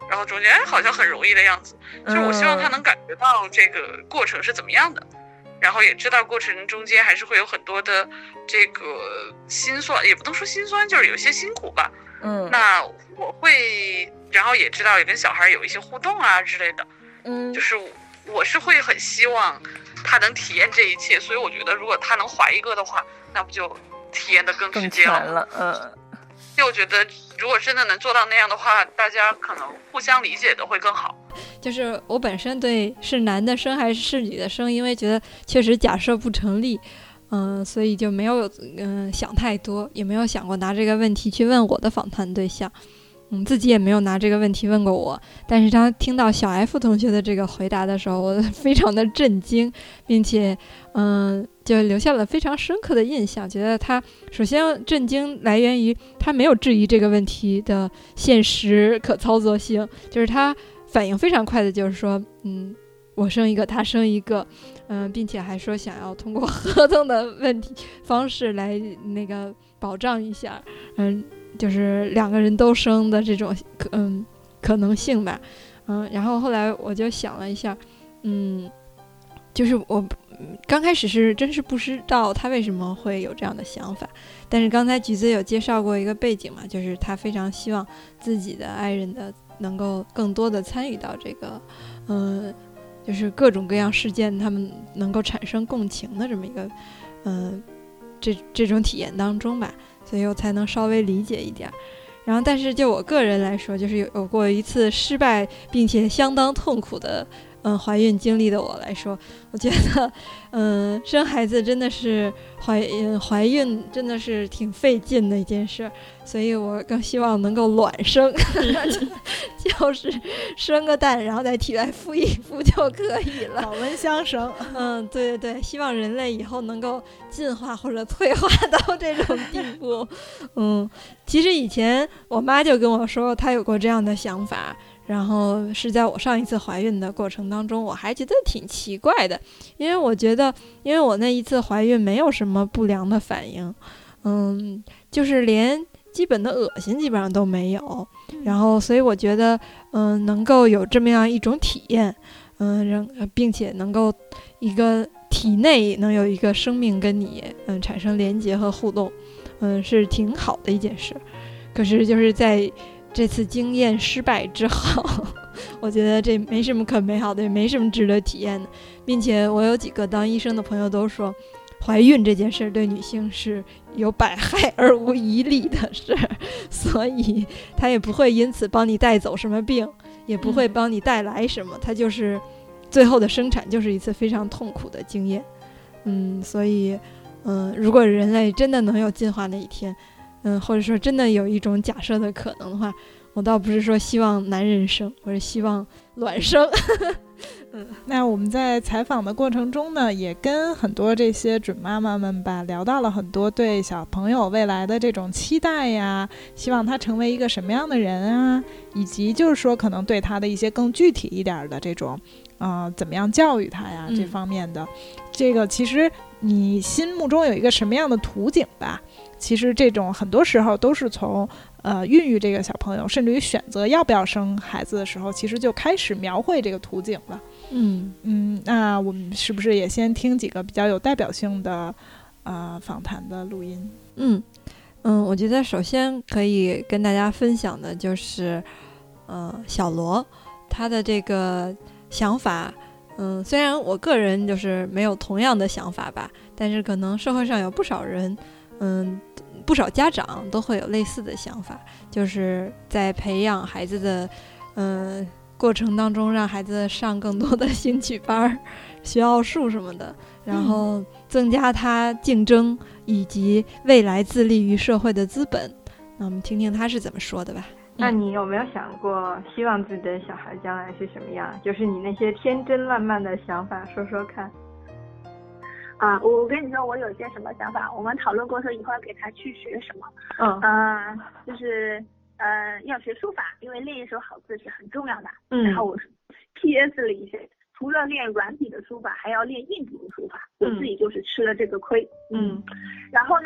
然后中间好像很容易的样子，就是我希望他能感觉到这个过程是怎么样的，然后也知道过程中间还是会有很多的这个心酸，也不能说心酸，就是有些辛苦吧。 嗯， 那我会，然后也知道也跟小孩有一些互动啊之类的。 嗯， 就是我是会很希望他能体验这一切，所以我觉得如果他能怀一个的话，那不就体验的更直接了。 了，嗯。 所以我觉得如果真的能做到那样的话，大家可能互相理解的会更好。 就是我本身对是男的生还是女的生，因为觉得确实假设不成立，嗯、呃，所以就没有嗯、呃、想太多，也没有想过拿这个问题去问我的访谈对象，嗯，自己也没有拿这个问题问过我。但是当听到小 F 同学的这个回答的时候，我非常的震惊，并且嗯、呃，就留下了非常深刻的印象。觉得他首先震惊来源于他没有质疑这个问题的现实可操作性，就是他反应非常快的，就是说，嗯，我生一个，他生一个，嗯、呃，并且还说想要通过合同的问题方式来那个保障一下，嗯，就是两个人都生的这种，嗯，可能性吧，嗯，然后后来我就想了一下，嗯，就是我刚开始是真是不知道他为什么会有这样的想法，但是刚才橘子有介绍过一个背景嘛，就是他非常希望自己的爱人的能够更多的参与到这个，嗯、呃，就是各种各样事件他们能够产生共情的这么一个，嗯、呃，这这种体验当中吧，所以我才能稍微理解一点。然后，但是就我个人来说，就是有有过一次失败并且相当痛苦的。嗯，怀孕经历的我来说，我觉得，嗯，生孩子真的是怀嗯怀孕真的是挺费劲的一件事，所以我更希望能够卵生，就是生个蛋，然后在体外孵一孵就可以了， 保温箱生。 嗯，对对对，希望人类以后能够进化或者退化到这种地步。嗯，其实以前我妈就跟我说，她有过这样的想法。然后是在我上一次怀孕的过程当中，我还觉得挺奇怪的，因为我觉得，因为我那一次怀孕没有什么不良的反应，嗯，就是连基本的恶心基本上都没有，然后所以我觉得，嗯，能够有这么样一种体验，嗯，并且能够一个体内能有一个生命跟你，嗯，产生连接和互动，嗯，是挺好的一件事。可是就是在这次经验失败之后，我觉得这没什么可美好的，也没什么值得体验的，并且我有几个当医生的朋友都说，怀孕这件事对女性是有百害而无一利的事，所以他也不会因此帮你带走什么病，也不会帮你带来什么，它就是最后的生产就是一次非常痛苦的经验。嗯，所以嗯，如果人类真的能有进化那一天，嗯，或者说真的有一种假设的可能的话，我倒不是说希望男人生，我是希望卵生。 嗯，那我们在采访的过程中呢，也跟很多这些准妈妈们吧聊到了很多对小朋友未来的这种期待呀，希望他成为一个什么样的人啊，以及就是说可能对他的一些更具体一点的这种呃，怎么样教育他呀、嗯、这方面的，这个其实你心目中有一个什么样的图景吧，其实这种很多时候都是从呃孕育这个小朋友，甚至于选择要不要生孩子的时候，其实就开始描绘这个图景了。 嗯嗯，那我们是不是也先听几个比较有代表性的呃访谈的录音？ 嗯嗯，我觉得首先可以跟大家分享的就是呃小罗他的这个想法。嗯，虽然我个人就是没有同样的想法吧，但是可能社会上有不少人，嗯，不少家长都会有类似的想法，就是在培养孩子的，嗯，过程当中，让孩子上更多的兴趣班、学奥数什么的，然后增加他竞争以及未来自立于社会的资本。那我们听听他是怎么说的吧。 那你有没有想过希望自己的小孩将来是什么样？就是你那些天真烂漫的想法说说看。 啊，我我跟你说我有些什么想法，我们讨论过说以后要给他去学什么。 嗯呃就是呃要学书法，因为练一手好字是很重要的。 嗯然后我 P S 了一下，除了练软笔的书法，还要练硬笔的书法，我自己就是吃了这个亏。 嗯然后呢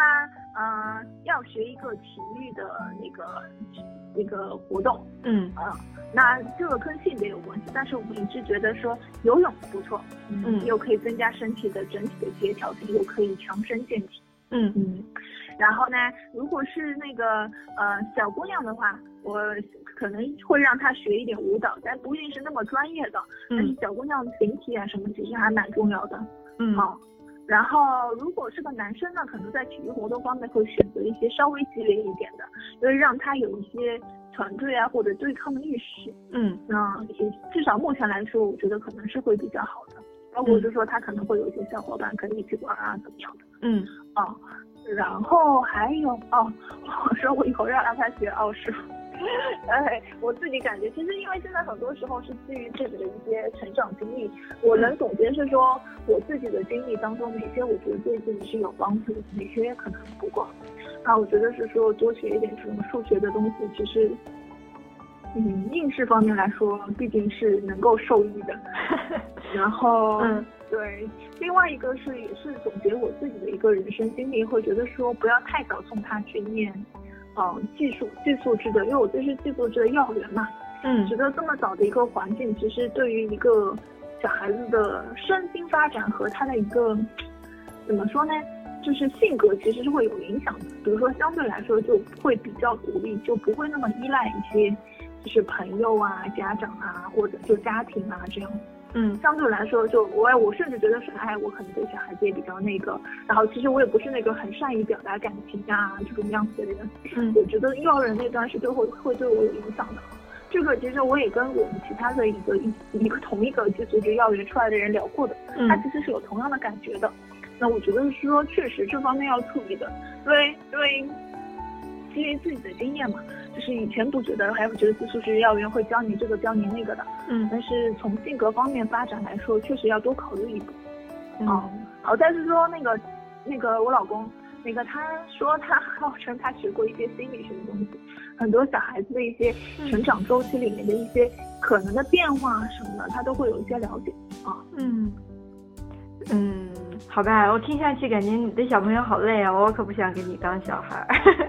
呃，要学一个体育的那个那个活动， 嗯啊、呃，那这个跟性别有关系，但是我们一直觉得说游泳不错，嗯，又可以增加身体的整体的协调性，又可以强身健体， 嗯嗯。然后呢，如果是那个呃小姑娘的话，我可能会让她学一点舞蹈，但不一定是那么专业的。 嗯， 但是小姑娘形体啊什么，其实还蛮重要的。 嗯， 好。然后如果是个男生呢，可能在体育活动方面会选择一些稍微激烈一点的，因为让他有一些团队啊或者对抗的意识。 嗯， 那也至少目前来说，我觉得可能是会比较好的。包括就说他可能会有一些小伙伴可以一起玩啊，怎么样的。 嗯， 哦。然后还有哦，我说我以后要让他学奥数。哎，我自己感觉，其实因为现在很多时候是基于自己的一些成长经历，我能总结是说，我自己的经历当中，哪些我觉得对自己是有帮助的，哪些可能不够。那我觉得是说，多学一点这种数学的东西，其实，嗯，应试方面来说，毕竟是能够受益的。然后， 嗯。 对，另外一个是也是总结我自己的一个人生经历，会觉得说不要太早送他去念，嗯、呃，寄宿寄宿制的，因为我这是寄宿制的幼儿园嘛， 嗯， 觉得这么早的一个环境，其实对于一个小孩子的身心发展和他的一个怎么说呢，就是性格其实是会有影响的。比如说相对来说就会比较独立，就不会那么依赖一些就是朋友啊、家长啊，或者就家庭啊这样。 嗯， 相对来说就我我甚至觉得是哎，我可能对小孩子也比较那个，然后其实我也不是那个很善于表达感情啊这种样子的人。 嗯， 我觉得幼儿园那段是对会会对我有影响的。这个其实我也跟我们其他的一个一一个同一个寄宿制幼儿园出来的人聊过的， 嗯， 他其实是有同样的感觉的。那我觉得是说确实这方面要注意的，因为因为基于自己的经验嘛，就是以前不觉得，还会觉得寄宿制幼儿园会教你这个教你那个的， 嗯， 但是从性格方面发展来说，确实要多考虑一步。 嗯， 哦、好在是说那个那个我老公，那个他说他号称他学过一些心理学的东西，很多小孩子的一些成长周期里面的一些可能的变化什么的，他都会有一些了解啊。 嗯嗯，好吧，我听下去感觉你的小朋友好累啊，我可不想给你当小孩。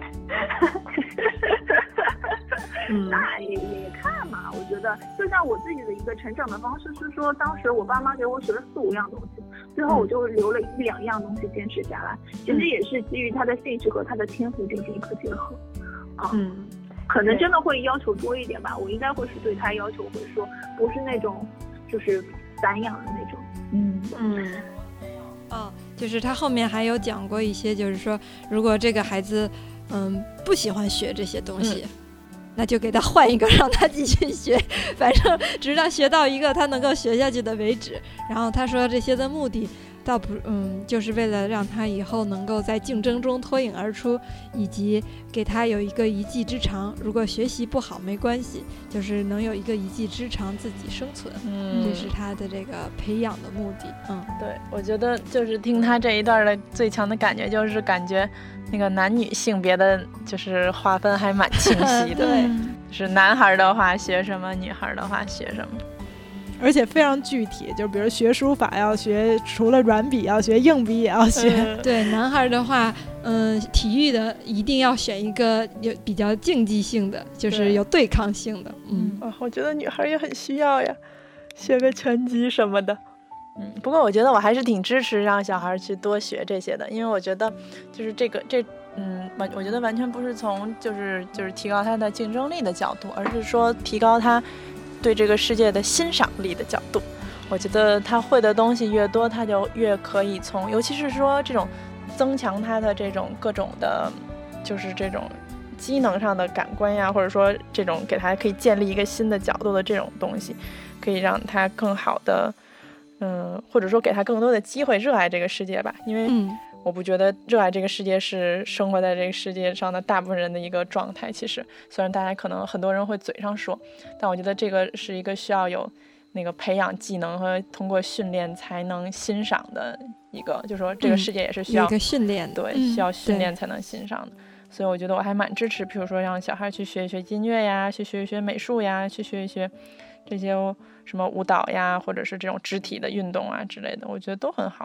嗯，那也也看嘛，我觉得就像我自己的一个成长的方式是说，当时我爸妈给我学了四五样东西，最后我就留了一两样东西坚持下来，嗯、其实也是基于他的兴趣和他的天赋进行一个结合。啊， 嗯， 可能真的会要求多一点吧，我应该会是对他要求会说，不是那种就是散养的那种。嗯嗯。 哦，就是他后面还有讲过一些，就是说如果这个孩子嗯不喜欢学这些东西、嗯、那就给他换一个让他继续学，反正直到学到一个他能够学下去的为止。然后他说这些的目的倒不嗯就是为了让他以后能够在竞争中脱颖而出，以及给他有一个一技之长，如果学习不好没关系，就是能有一个一技之长自己生存。嗯，这是他的这个培养的目的。嗯， 对，我觉得就是听他这一段的最强的感觉就是感觉那个男女性别的就是划分还蛮清晰的。 对， 就是男孩的话学什么，女孩的话学什么， 而且非常具体，就比如学书法要学，除了软笔要学，硬笔也要学。 嗯、对，男孩的话，嗯、呃，体育的一定要选一个有比较竞技性的，就是有对抗性的。嗯， 啊，我觉得女孩也很需要呀，学个拳击什么的。嗯，不过我觉得我还是挺支持让小孩去多学这些的，因为我觉得就是这个这。嗯，我我觉得完全不是从就是就是提高他的竞争力的角度，而是说提高他对这个世界的欣赏力的角度。我觉得他会的东西越多，他就越可以从，尤其是说这种增强他的这种各种的，就是这种机能上的感官呀，或者说这种给他可以建立一个新的角度的这种东西，可以让他更好的，嗯，或者说给他更多的机会热爱这个世界吧，因为。嗯我不觉得热爱这个世界是生活在这个世界上的大部分人的一个状态，其实虽然大家可能很多人会嘴上说，但我觉得这个是一个需要有那个培养技能和通过训练才能欣赏的一个，就是说这个世界也是需要、 嗯、一个训练， 对、嗯，需要训练才能欣赏的。所以我觉得我还蛮支持，比如说让小孩去学一学音乐呀，去学一学美术呀，去学一学这些什么舞蹈呀，或者是这种肢体的运动啊之类的，我觉得都很好。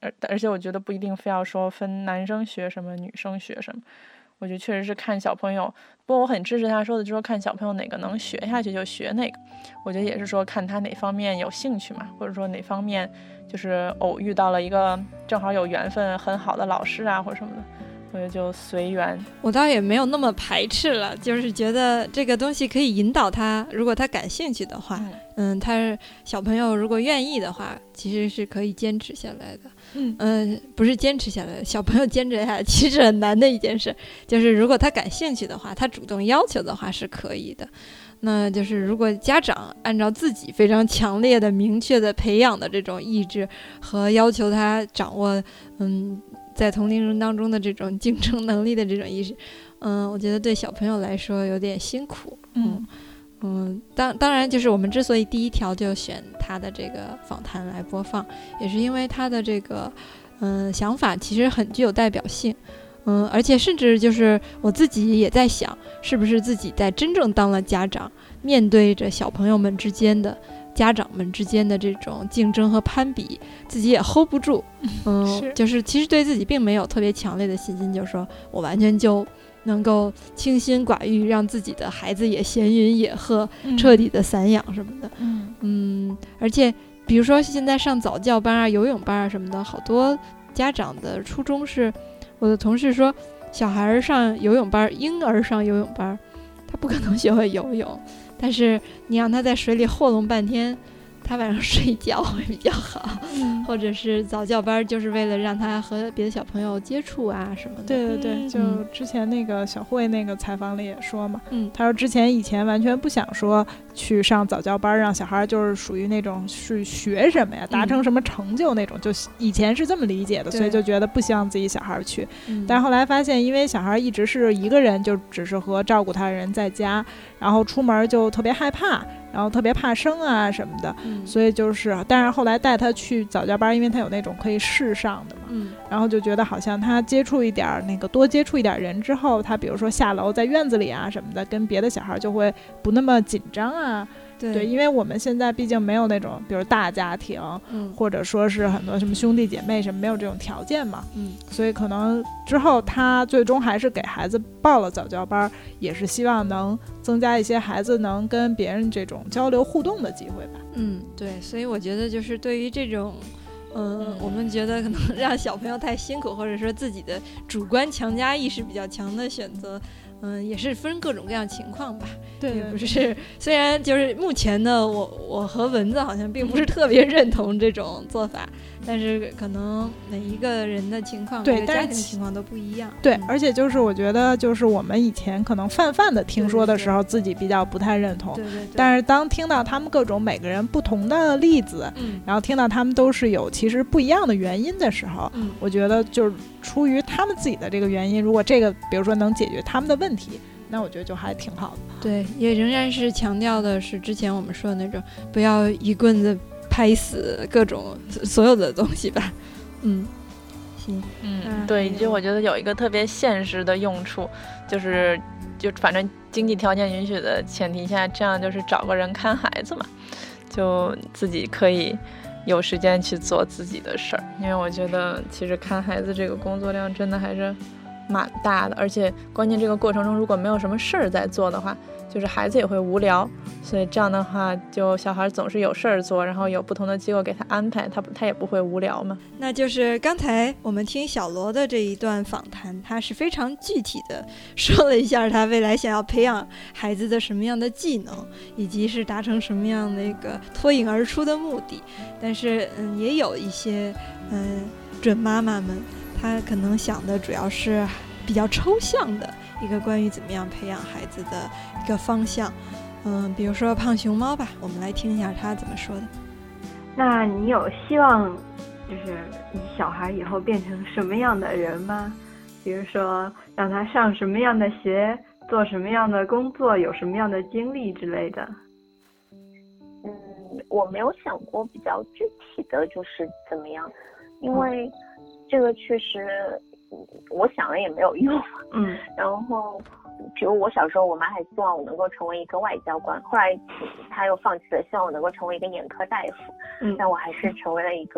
而而且我觉得不一定非要说分男生学什么女生学什么，我觉得确实是看小朋友。不过我很支持他说的，就是说看小朋友哪个能学下去就学哪个。我觉得也是说看他哪方面有兴趣嘛，或者说哪方面就是偶遇到了一个正好有缘分很好的老师啊或者什么的，我觉得就随缘。 我倒也没有那么排斥了，就是觉得这个东西可以引导他，如果他感兴趣的话，嗯，他小朋友如果愿意的话，其实是可以坚持下来的。嗯、呃，不是坚持下来的，小朋友坚持下来其实很难的一件事，就是如果他感兴趣的话，他主动要求的话是可以的。那就是如果家长按照自己非常强烈的明确的培养的这种意志和要求他掌握嗯在同龄人当中的这种竞争能力的这种意识，嗯，我觉得对小朋友来说有点辛苦。嗯嗯，当当然就是我们之所以第一条就选他的这个访谈来播放，也是因为他的这个嗯想法其实很具有代表性。嗯，而且甚至就是我自己也在想，是不是自己在真正当了家长，面对着小朋友们之间的家长们之间的这种竞争和攀比，自己也 hold 不住。嗯，是就是其实对自己并没有特别强烈的信心，就是说我完全就能够清心寡欲，让自己的孩子也闲云野鹤，嗯、彻底的散养什么的。嗯嗯，而且比如说现在上早教班啊、游泳班啊什么的，好多家长的初衷是。我的同事说，小孩上游泳班，婴儿上游泳班，他不可能学会游泳，但是你让他在水里和弄半天，他晚上睡觉会比较好。嗯、或者是早教班，就是为了让他和别的小朋友接触啊什么的。 对对对，嗯、就之前那个小慧那个采访里也说嘛，嗯，他说之前以前完全不想说去上早教班，让小孩就是属于那种是学什么呀，达成什么成就那种，嗯、就以前是这么理解的，所以就觉得不希望自己小孩去。但后来发现，因为小孩一直是一个人，就只是和照顾他的人在家，然后出门就特别害怕。然后特别怕生啊什么的，嗯、所以就是，但是后来带他去早教班，因为他有那种可以试上的嘛，嗯、然后就觉得好像他接触一点那个多接触一点人之后，他比如说下楼在院子里啊什么的，跟别的小孩就会不那么紧张啊。对, 对，因为我们现在毕竟没有那种，比如大家庭，嗯、或者说是很多什么兄弟姐妹什么，没有这种条件嘛，嗯，所以可能之后他最终还是给孩子报了早教班，也是希望能增加一些孩子能跟别人这种交流互动的机会吧。 嗯，对，所以我觉得就是对于这种。嗯，我们觉得可能让小朋友太辛苦，或者说自己的主观强加意识比较强的选择，嗯，也是分各种各样情况吧。 对， 也不是。虽然就是目前呢，我我和蚊子好像并不是特别认同这种做法，但是可能每一个人的情况、每个家庭情况都不一样。 对，嗯、而且就是我觉得，就是我们以前可能泛泛的听说的时候，自己比较不太认同。 对对对。 但是当听到他们各种每个人不同的例子，嗯，然后听到他们都是有其实不一样的原因的时候，嗯，我觉得就是出于他们自己的这个原因，如果这个比如说能解决他们的问题，那我觉得就还挺好的。 对，也仍然是强调的是之前我们说的那种，不要一棍子拍死各种所有的东西吧。嗯，行， 嗯，对，就我觉得有一个特别现实的用处，就是就反正经济条件允许的前提下，这样就是找个人看孩子嘛，就自己可以有时间去做自己的事儿。因为我觉得其实看孩子这个工作量真的还是蛮大的，而且关键这个过程中如果没有什么事儿在做的话，就是孩子也会无聊，所以这样的话就小孩总是有事儿做，然后有不同的机构给他安排，他他也不会无聊嘛。 那就是刚才我们听小罗的这一段访谈，他是非常具体的说了一下他未来想要培养孩子的什么样的技能，以及是达成什么样的一个脱颖而出的目的。但是嗯，也有一些嗯准妈妈们，她可能想的主要是比较抽象的一个关于怎么样培养孩子的一个方向。嗯，比如说胖熊猫吧，我们来听一下他怎么说的。 那你有希望就是你小孩以后变成什么样的人吗？比如说让他上什么样的学，做什么样的工作，有什么样的经历之类的？ 嗯，我没有想过比较具体的就是怎么样，因为这个确实我想了也没有用。嗯，然后比如我小时候我妈还希望我能够成为一个外交官，后来她又放弃了，希望我能够成为一个眼科大夫。嗯，但我还是成为了一个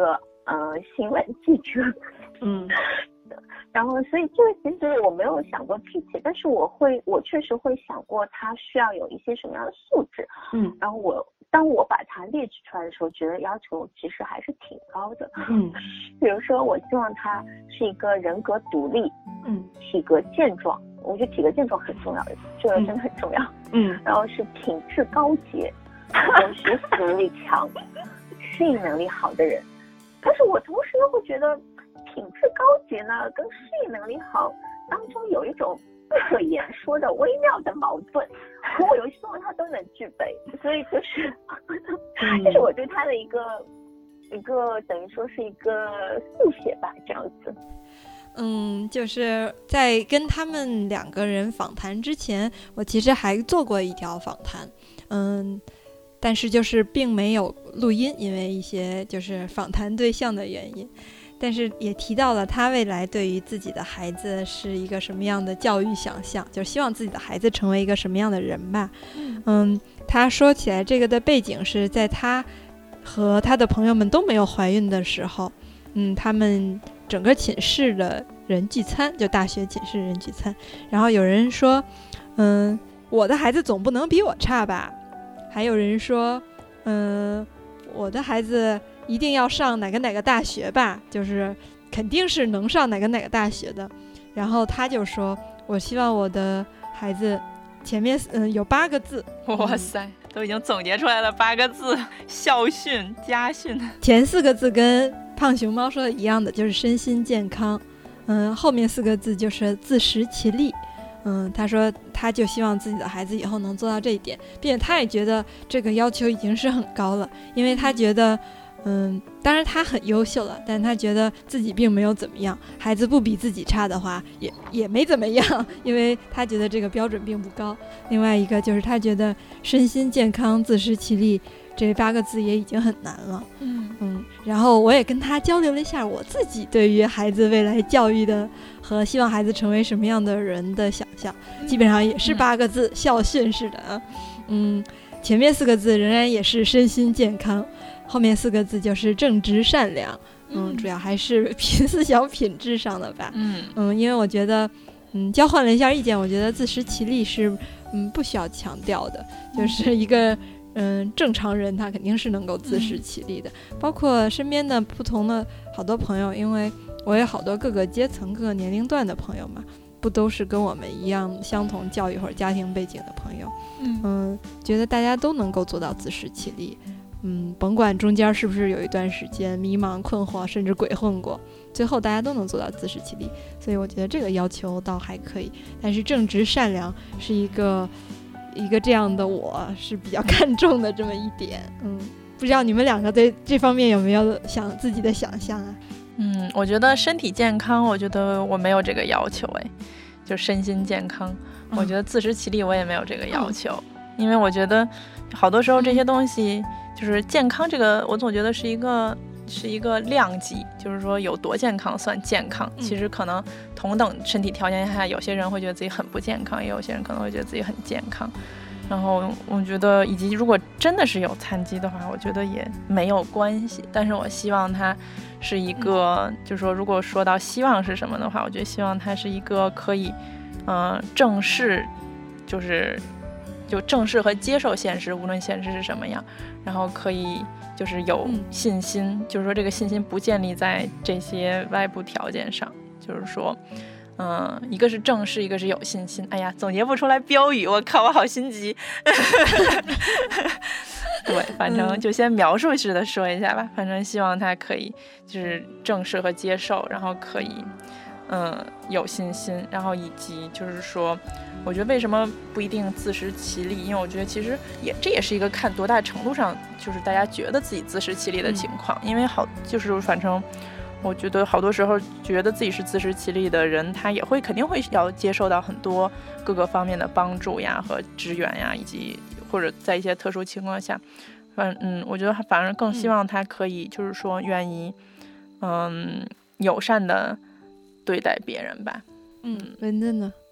呃新闻记者， 嗯， 然后所以这个其实我没有想过具体，但是我会我确实会想过他需要有一些什么样的素质， 嗯， 然后我当我把它列举出来的时候，觉得要求其实还是挺高的， 嗯， 比如说我希望他是一个人格独立， 嗯， 体格健壮，我觉得体格健壮很重要，这个真的很重要， 嗯， 然后是品质高洁，然后学习能力强，适应能力好的人，但是我同时又会觉得品质高洁呢跟适应能力好当中有一种不可言说的微妙的矛盾，我有希望他都能具备，所以就是， 嗯、 这是我对他的一个一个等于说是一个速写吧，这样子。 嗯，就是在跟他们两个人访谈之前，我其实还做过一条访谈，嗯，但是就是并没有录音，因为一些就是访谈对象的原因。但是也提到了他未来对于自己的孩子是一个什么样的教育想象，就是希望自己的孩子成为一个什么样的人吧。嗯，他说起来这个的背景是在他和他的朋友们都没有怀孕的时候，嗯，他们整个寝室的人聚餐，就大学寝室人聚餐，然后有人说，嗯，我的孩子总不能比我差吧？还有人说，嗯，我的孩子一定要上哪个哪个大学吧，就是肯定是能上哪个哪个大学的。然后他就说，我希望我的孩子前面嗯有八个字。 哇塞，都已经总结出来了八个字，校训家训。 前四个字跟胖熊猫说的一样的，就是身心健康。嗯，后面四个字就是自食其力。嗯，他说他就希望自己的孩子以后能做到这一点，并且他也觉得这个要求已经是很高了，因为他觉得嗯，当然他很优秀了，但他觉得自己并没有怎么样，孩子不比自己差的话也也没怎么样，因为他觉得这个标准并不高。另外一个就是他觉得身心健康自食其力这八个字也已经很难了。 嗯嗯，然后我也跟他交流了一下我自己对于孩子未来教育的和希望孩子成为什么样的人的想象，基本上也是八个字，嗯、校训式的啊。嗯，前面四个字仍然也是身心健康，后面四个字就是正直善良。嗯，嗯主要还是品思想品质上的吧。 嗯嗯，因为我觉得，嗯，交换了一下意见，我觉得自食其力是嗯不需要强调的，就是一个。嗯，正常人他肯定是能够自食其力的，嗯、包括身边的不同的好多朋友，因为我有好多各个阶层、各个年龄段的朋友嘛，不都是跟我们一样相同教育或者家庭背景的朋友。 嗯, 嗯觉得大家都能够做到自食其力。嗯，甭管中间是不是有一段时间迷茫、困惑，甚至鬼混过，最后大家都能做到自食其力。所以我觉得这个要求倒还可以，但是正直善良是一个。一个这样的我是比较看重的这么一点。嗯，不知道你们两个对这方面有没有想自己的想象啊？ 嗯，我觉得身体健康，我觉得我没有这个要求，哎，就身心健康，嗯、我觉得自食其力我也没有这个要求，嗯、因为我觉得好多时候这些东西就是健康这个，我总觉得是一个。是一个量级，就是说有多健康算健康。 嗯、 其实可能同等身体条件下，有些人会觉得自己很不健康，也有些人可能会觉得自己很健康。然后我觉得，以及如果真的是有残疾的话，我觉得也没有关系。但是我希望它是一个，嗯、就是说，如果说到希望是什么的话，我觉得希望它是一个可以，嗯、呃，正视，就是就正视和接受现实，无论现实是什么样，然后可以。就是有信心，嗯、就是说这个信心不建立在这些外部条件上，就是说，嗯、呃，一个是正视，一个是有信心。哎呀，总结不出来标语，我靠，我好心急。对，反正就先描述式的说一下吧。反正希望他可以就是正视和接受，然后可以，嗯，有信心，然后以及就是说。我觉得为什么不一定自食其力？因为我觉得其实也这也是一个看多大程度上，就是大家觉得自己自食其力的情况。嗯、因为好就是反正我觉得好多时候觉得自己是自食其力的人，他也会肯定会要接受到很多各个方面的帮助呀和支援呀，以及或者在一些特殊情况下，反嗯，我觉得反而更希望他可以就是说愿意嗯友善的对待别人吧。 嗯，文珍呢？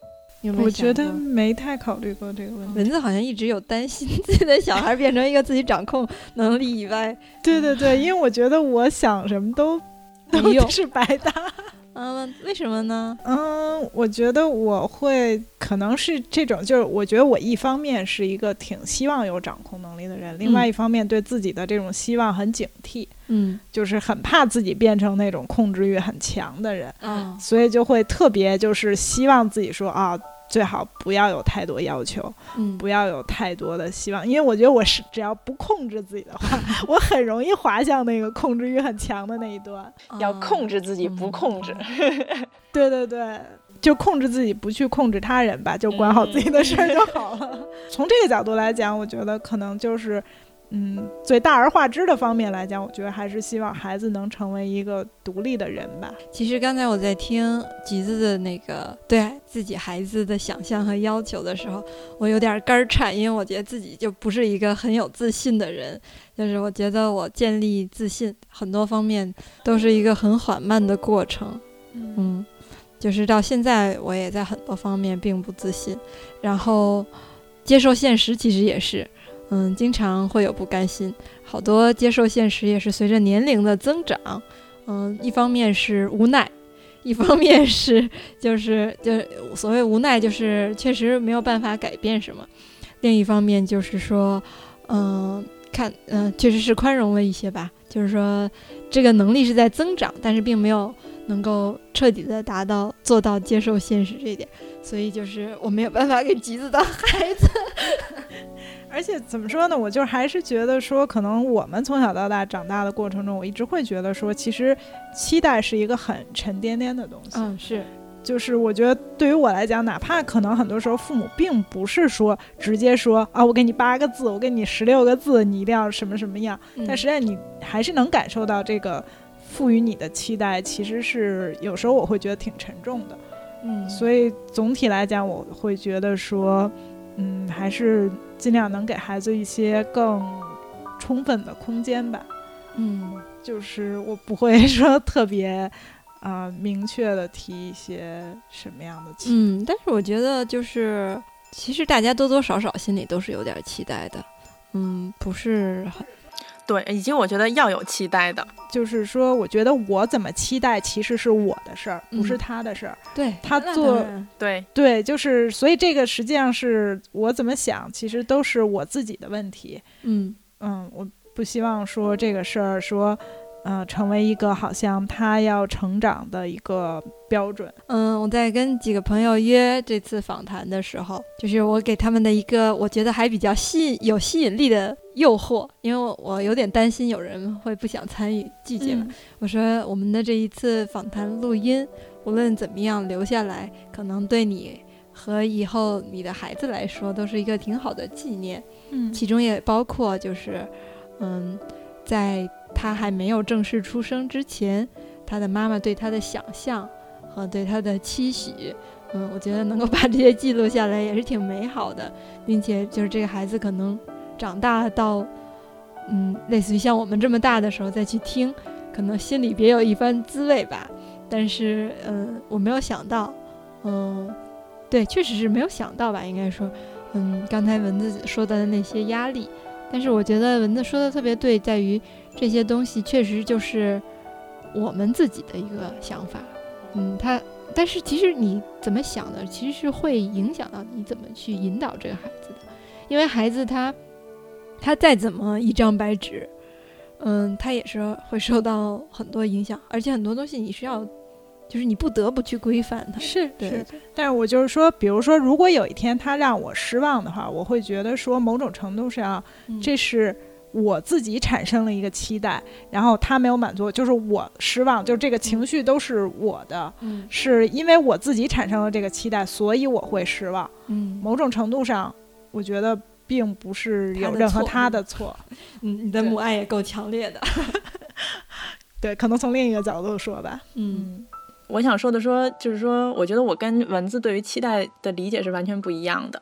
有没有我觉得没太考虑过这个问题。 蚊子好像一直有担心自己的小孩变成一个自己掌控能力以外， 对对对，因为我觉得我想什么都都是白搭。 嗯，为什么呢？ 嗯，我觉得我会可能是这种，就是我觉得我一方面是一个挺希望有掌控能力的人，嗯、另外一方面对自己的这种希望很警惕， 嗯， 就是很怕自己变成那种控制欲很强的人， 嗯， 所以就会特别就是希望自己说啊。最好不要有太多要求， 嗯， 不要有太多的希望，因为我觉得我是只要不控制自己的话，我很容易滑向那个控制欲很强的那一端。 要控制自己，不控制。 嗯、对对对，就控制自己，不去控制他人吧，就管好自己的事儿就好了。嗯、从这个角度来讲，我觉得可能就是。嗯，最大而化之的方面来讲，我觉得还是希望孩子能成为一个独立的人吧。 其实刚才我在听橘子的那个对自己孩子的想象和要求的时候，我有点肝颤，因为我觉得自己就不是一个很有自信的人，就是我觉得我建立自信很多方面都是一个很缓慢的过程。 嗯, 嗯，就是到现在我也在很多方面并不自信，然后接受现实其实也是。嗯，经常会有不甘心，好多接受现实也是随着年龄的增长，嗯，一方面是无奈，一方面是就是就所谓无奈就是确实没有办法改变什么，另一方面就是说，嗯，看，嗯，确实是宽容了一些吧，就是说这个能力是在增长，但是并没有能够彻底的达到做到接受现实这一点，所以就是我没有办法给橘子当孩子。 而且怎么说呢，我就还是觉得说可能我们从小到大长大的过程中，我一直会觉得说其实期待是一个很沉甸甸的东西。 嗯，是， 就是我觉得对于我来讲，哪怕可能很多时候父母并不是说直接说啊我给你八个字，我给你十六个字，你一定要什么什么样、嗯、但实际上你还是能感受到这个赋予你的期待其实是有时候我会觉得挺沉重的。 嗯， 所以总体来讲我会觉得说嗯，还是尽量能给孩子一些更充分的空间吧。 嗯， 就是我不会说特别啊、呃、明确的提一些什么样的期待。 嗯，但是我觉得就是其实大家多多少少心里都是有点期待的。嗯，不是很对，以及我觉得要有期待的， 就是说我觉得我怎么期待其实是我的事儿、嗯、不是他的事儿。 对， 他做对对，就是所以这个实际上是我怎么想其实都是我自己的问题。 嗯嗯，我不希望说这个事儿说呃，成为一个好像他要成长的一个标准。 嗯，我在跟几个朋友约这次访谈的时候，就是我给他们的一个我觉得还比较吸引有吸引力的诱惑，因为我我有点担心有人会不想参与拒绝、嗯、我说我们的这一次访谈录音无论怎么样留下来，可能对你和以后你的孩子来说都是一个挺好的纪念。 嗯， 其中也包括就是嗯，在他还没有正式出生之前，他的妈妈对他的想象和对他的期许，嗯，我觉得能够把这些记录下来也是挺美好的，并且就是这个孩子可能长大到嗯，类似于像我们这么大的时候再去听，可能心里别有一番滋味吧。但是嗯，我没有想到，嗯，对，确实是没有想到吧，应该说，嗯，刚才蚊子说的那些压力，但是我觉得蚊子说的特别对，在于这些东西确实就是我们自己的一个想法，嗯，他，但是其实你怎么想的，其实是会影响到你怎么去引导这个孩子的，因为孩子他，他再怎么一张白纸，嗯，他也是会受到很多影响，而且很多东西你是要，就是你不得不去规范它。 是对是，但是我就是说，比如说，如果有一天他让我失望的话，我会觉得说，某种程度上， 嗯、 这是我自己产生了一个期待，然后他没有满足，就是我失望，就是这个情绪都是我的， 嗯、 是因为我自己产生了这个期待，所以我会失望。 嗯， 某种程度上，我觉得并不是有任何他的错。 嗯，你的母爱也够强烈的。 对，可能从另一个角度说吧。 嗯。 我想说的说就是说我觉得我跟蚊子对于期待的理解是完全不一样的，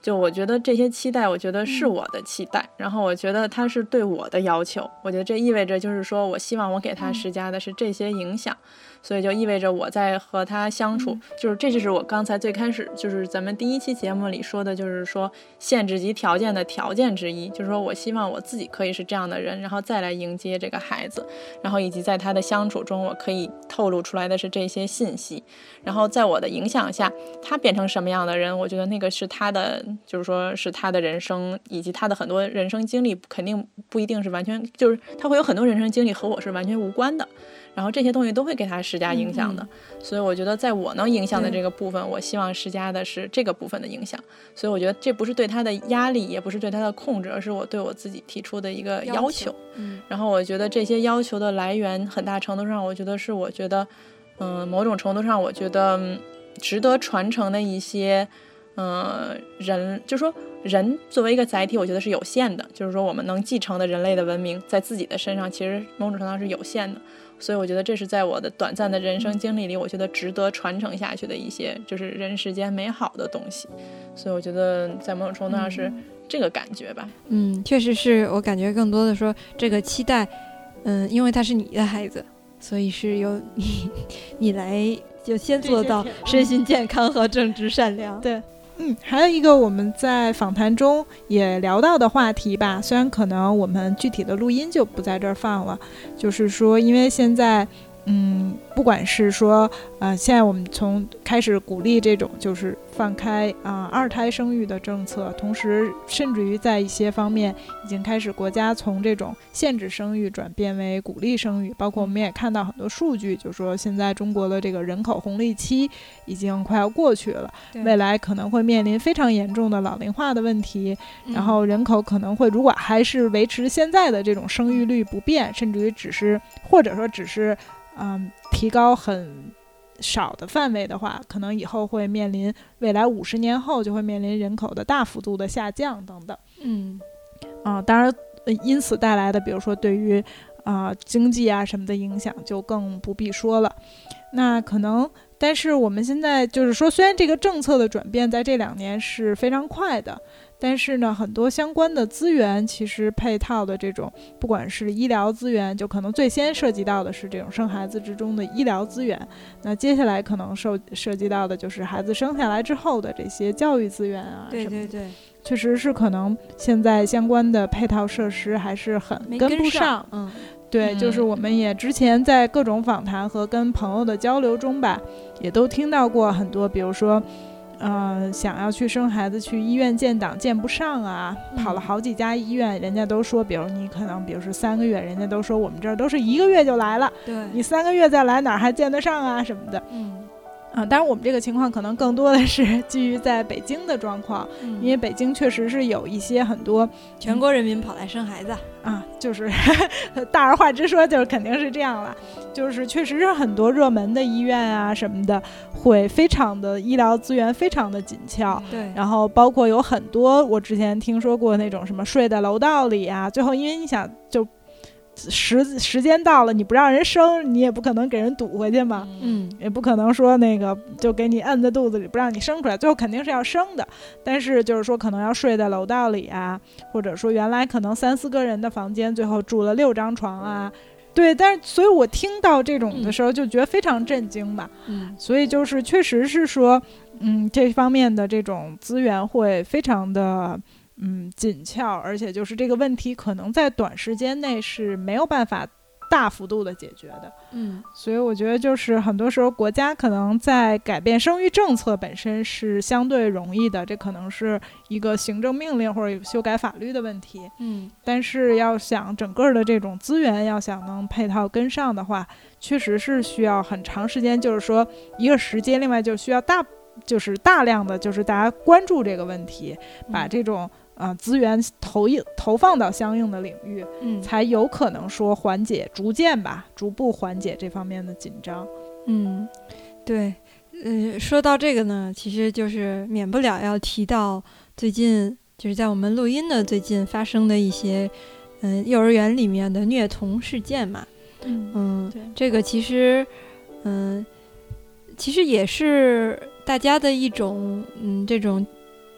就我觉得这些期待我觉得是我的期待、嗯、然后我觉得他是对我的要求，我觉得这意味着就是说我希望我给他施加的是这些影响、嗯、所以就意味着我在和他相处、嗯、就是这就是我刚才最开始就是咱们第一期节目里说的，就是说限制级条件的条件之一，就是说我希望我自己可以是这样的人，然后再来迎接这个孩子，然后以及在他的相处中我可以透露出来的是这些信息，然后在我的影响下他变成什么样的人，我觉得那个是他的，就是说是他的人生以及他的很多人生经历肯定不一定是完全，就是他会有很多人生经历和我是完全无关的，然后这些东西都会给他施加影响的、嗯、所以我觉得在我能影响的这个部分我希望施加的是这个部分的影响，所以我觉得这不是对他的压力也不是对他的控制，而是我对我自己提出的一个要求, 要求、嗯、然后我觉得这些要求的来源很大程度上我觉得是我觉得嗯、呃，某种程度上我觉得、嗯、值得传承的一些呃，人就是说人作为一个载体我觉得是有限的，就是说我们能继承的人类的文明在自己的身上其实某种程度上是有限的，所以我觉得这是在我的短暂的人生经历里我觉得值得传承下去的一些就是人世间美好的东西，所以我觉得在某种程度上是这个感觉吧。 嗯，确实是我感觉更多的说这个期待嗯，因为他是你的孩子，所以是由你你来就先做到身心健康和正直善良。 对，嗯，还有一个我们在访谈中也聊到的话题吧，虽然可能我们具体的录音就不在这儿放了，就是说因为现在嗯，不管是说呃，现在我们从开始鼓励这种就是放开啊、呃、二胎生育的政策，同时甚至于在一些方面已经开始国家从这种限制生育转变为鼓励生育，包括我们也看到很多数据，就是说现在中国的这个人口红利期已经快要过去了，未来可能会面临非常严重的老龄化的问题、嗯、然后人口可能会如果还是维持现在的这种生育率不变，甚至于只是或者说只是嗯，提高很少的范围的话，可能以后会面临未来五十年后就会面临人口的大幅度的下降等等。 嗯， 啊、呃，当然，因此带来的，比如说对于啊、呃、经济啊什么的影响就更不必说了。那可能，但是我们现在就是说，虽然这个政策的转变在这两年是非常快的。但是呢，很多相关的资源其实配套的这种，不管是医疗资源，就可能最先涉及到的是这种生孩子之中的医疗资源，那接下来可能涉涉及到的就是孩子生下来之后的这些教育资源啊， 对对对， 确实是可能现在相关的配套设施还是很跟不上， 嗯， 对，就是我们也之前在各种访谈和跟朋友的交流中吧，也都听到过很多，比如说呃，想要去生孩子去医院建档建不上啊、嗯、跑了好几家医院，人家都说比如你可能比如是三个月，人家都说我们这儿都是一个月就来了， 对， 你三个月再来哪儿还见得上啊什么的。 嗯啊，当然我们这个情况可能更多的是基于在北京的状况、嗯、因为北京确实是有一些很多全国人民跑来生孩子、 嗯、啊，就是大而化之说就是肯定是这样了，就是确实是很多热门的医院啊什么的会非常的医疗资源非常的紧俏， 对， 然后包括有很多我之前听说过那种什么睡在楼道里啊，最后因为你想就时时间到了你不让人生，你也不可能给人堵回去嘛， 嗯， 也不可能说那个就给你摁在肚子里不让你生出来，最后肯定是要生的，但是就是说可能要睡在楼道里啊，或者说原来可能三四个人的房间最后住了六张床啊，对，但是所以我听到这种的时候就觉得非常震惊吧， 嗯， 所以就是确实是说嗯这方面的这种资源会非常的嗯，紧俏，而且就是这个问题可能在短时间内是没有办法大幅度的解决的， 嗯， 所以我觉得就是很多时候国家可能在改变生育政策本身是相对容易的，这可能是一个行政命令或者修改法律的问题， 嗯， 但是要想整个的这种资源要想能配套跟上的话，确实是需要很长时间，就是说一个时间，另外就需要大就是大量的就是大家关注这个问题，把这种呃，资源投投放到相应的领域， 嗯， 才有可能说缓解，逐渐吧，逐步缓解这方面的紧张。 嗯，对，呃，说到这个呢，其实就是免不了要提到最近就是在我们录音的最近发生的一些，嗯、呃，幼儿园里面的虐童事件嘛。 嗯， 嗯对， 这个其实，嗯、呃，其实也是大家的一种，嗯，这种。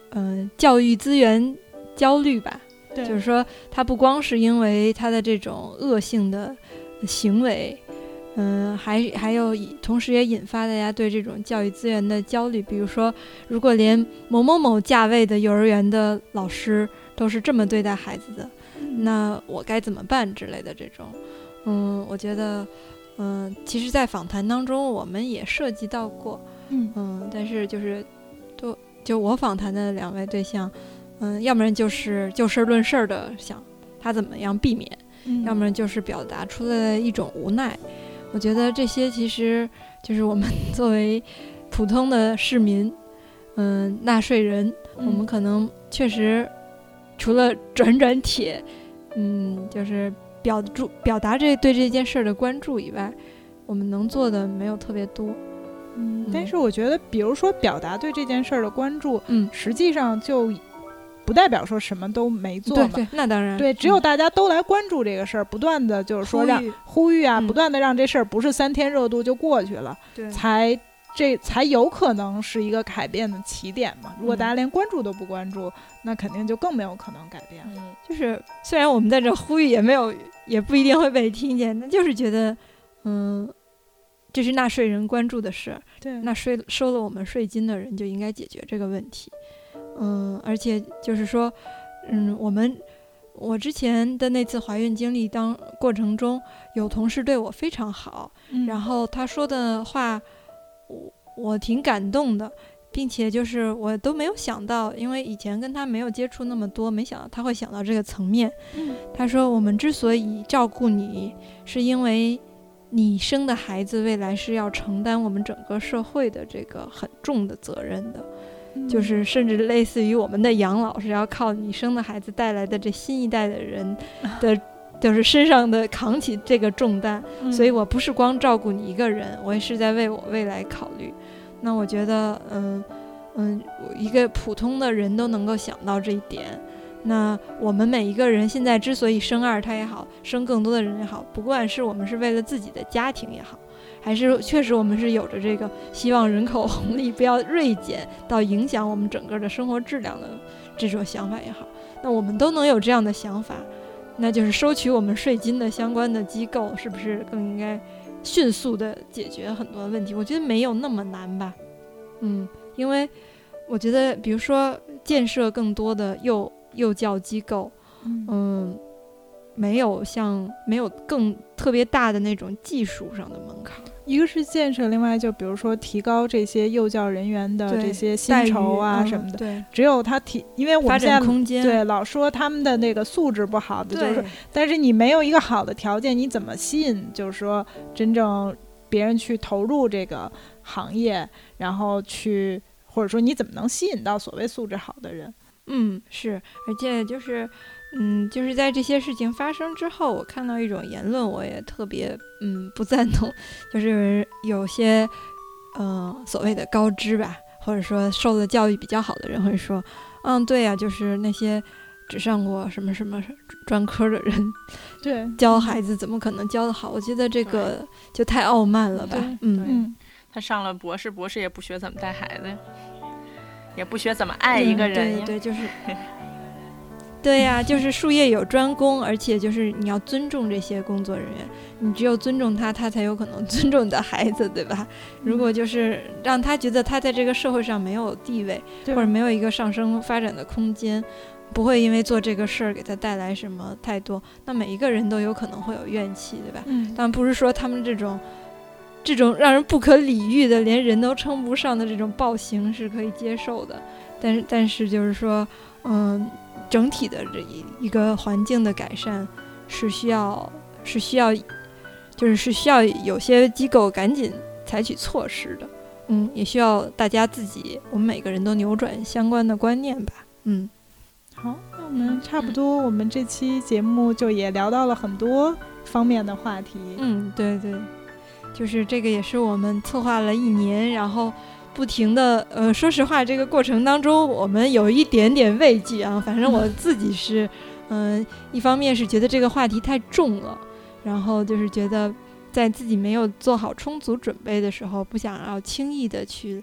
嗯、呃、教育资源焦虑吧， 就是说他不光是因为他的这种恶性的行为，嗯、呃，还还有同时也引发大家对这种教育资源的焦虑。比如说，如果连某某某价位的幼儿园的老师都是这么对待孩子的，嗯、那我该怎么办之类的这种。嗯，我觉得，嗯、呃，其实，在访谈当中，我们也涉及到过， 嗯嗯，但是就是都就我访谈的两位对象，嗯，要不然就是就事论事的想他怎么样避免， 嗯、 要不然就是表达出来的一种无奈。我觉得这些其实就是我们作为普通的市民，嗯，纳税人， 嗯、 我们可能确实除了转转帖，嗯，就是表注表达这对这件事的关注以外，我们能做的没有特别多。 嗯，但是我觉得，比如说表达对这件事的关注， 嗯， 实际上就不代表说什么都没做嘛。 对对，那当然。 对，只有大家都来关注这个事儿，嗯、不断的就是说让呼吁啊， 嗯、 不断的让这事儿不是三天热度就过去了， 对， 才这才有可能是一个改变的起点嘛。如果大家连关注都不关注，嗯、那肯定就更没有可能改变。 嗯，就是虽然我们在这呼吁，也没有，也不一定会被听见，那就是觉得，嗯。这是纳税人关注的事， 对， 那税收了我们税金的人就应该解决这个问题。嗯，而且就是说，嗯，我们我之前的那次怀孕经历当过程中，有同事对我非常好， 嗯、 然后他说的话，我我挺感动的，并且就是我都没有想到，因为以前跟他没有接触那么多，没想到他会想到这个层面。 嗯、 他说我们之所以照顾你，是因为你生的孩子未来是要承担我们整个社会的这个很重的责任的， 嗯、 就是甚至类似于我们的养老是要靠你生的孩子带来的这新一代的人的就是身上的扛起这个重担， 嗯、 所以我不是光照顾你一个人，我也是在为我未来考虑。那我觉得嗯嗯，一个普通的人都能够想到这一点，那我们每一个人现在之所以生二胎也好，生更多的人也好，不管是我们是为了自己的家庭也好，还是确实我们是有着这个希望人口红利不要锐减到影响我们整个的生活质量的这种想法也好，那我们都能有这样的想法，那就是收取我们税金的相关的机构是不是更应该迅速的解决很多问题？我觉得没有那么难吧。嗯，因为我觉得比如说建设更多的幼幼教机构， 嗯、 嗯，没有像没有更特别大的那种技术上的门槛。 一个是建设，另外就比如说提高这些幼教人员的这些薪酬啊什么的。 嗯、对， 只有他提，因为我们现在空间对老说他们的那个素质不好的，就是但是你没有一个好的条件，你怎么吸引就是说真正别人去投入这个行业，然后去或者说你怎么能吸引到所谓素质好的人？ 嗯，是，而且就是，嗯，就是在这些事情发生之后，我看到一种言论，我也特别，嗯，不赞同，就是有些，嗯、呃，所谓的高知吧，或者说受了教育比较好的人会说，嗯，对呀、啊，就是那些只上过什么什么专科的人， 对， 教孩子怎么可能教得好？我觉得这个就太傲慢了吧，嗯嗯，他上了博士，博士也不学怎么带孩子呀。也不学怎么爱一个人呀、 嗯、对, 对就是对呀、啊、就是术业有专攻，而且就是你要尊重这些工作人员，你只有尊重他，他才有可能尊重你的孩子，对吧？如果就是让他觉得他在这个社会上没有地位，或者没有一个上升发展的空间，不会因为做这个事儿给他带来什么太多，那每一个人都有可能会有怨气，对吧？ 嗯， 但不是说他们这种这种让人不可理喻的连人都称不上的这种暴行是可以接受的，但是但是就是说嗯，整体的这一一个环境的改善是需要是需要就是是需要有些机构赶紧采取措施的，嗯，也需要大家自己我们每个人都扭转相关的观念吧。嗯， 好，那我们差不多我们这期节目就也聊到了很多方面的话题。 嗯，对对，就是这个也是我们策划了一年，然后不停的呃，说实话这个过程当中我们有一点点畏惧啊，反正我自己是嗯、呃，一方面是觉得这个话题太重了，然后就是觉得在自己没有做好充足准备的时候不想要轻易的去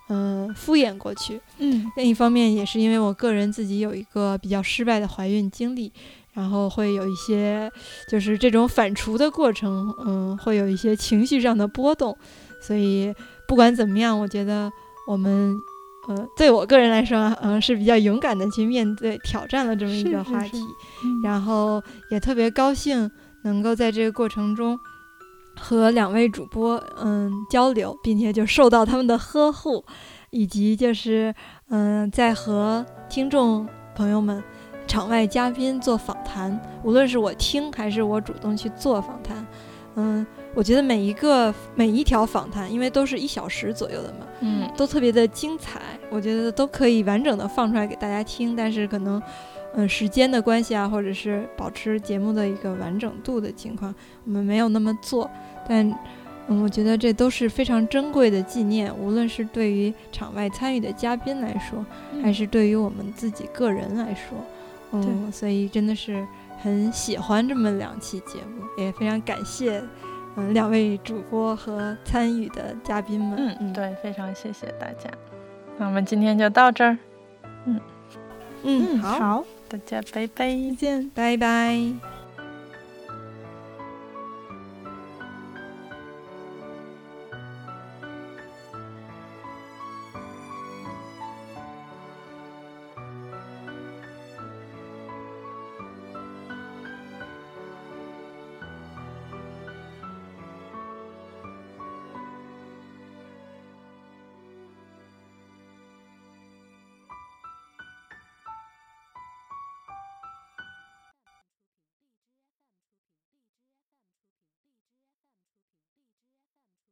嗯、呃、敷衍过去。 嗯， 另一方面也是因为我个人自己有一个比较失败的怀孕经历，然后会有一些就是这种反刍的过程，嗯，会有一些情绪上的波动，所以不管怎么样，我觉得我们呃，对我个人来说，嗯、呃，是比较勇敢的去面对挑战了这么一个话题， 是是是嗯、 然后也特别高兴能够在这个过程中和两位主播嗯交流，并且就受到他们的呵护，以及就是嗯在和听众朋友们、场外嘉宾做访谈，无论是我听还是我主动去做访谈，嗯。我觉得每一个每一条访谈，因为都是一小时左右的嘛， 嗯， 都特别的精彩，我觉得都可以完整的放出来给大家听。但是可能，嗯、呃，时间的关系啊，或者是保持节目的一个完整度的情况，我们没有那么做。但，嗯，我觉得这都是非常珍贵的纪念，无论是对于场外参与的嘉宾来说， 嗯、 还是对于我们自己个人来说，嗯，所以真的是很喜欢这么两期节目，也非常感谢。嗯，两位主播和参与的嘉宾们， 嗯嗯，对，非常谢谢大家。那我们今天就到这儿，嗯嗯，好， 好， 大家拜拜， 再见， 拜拜。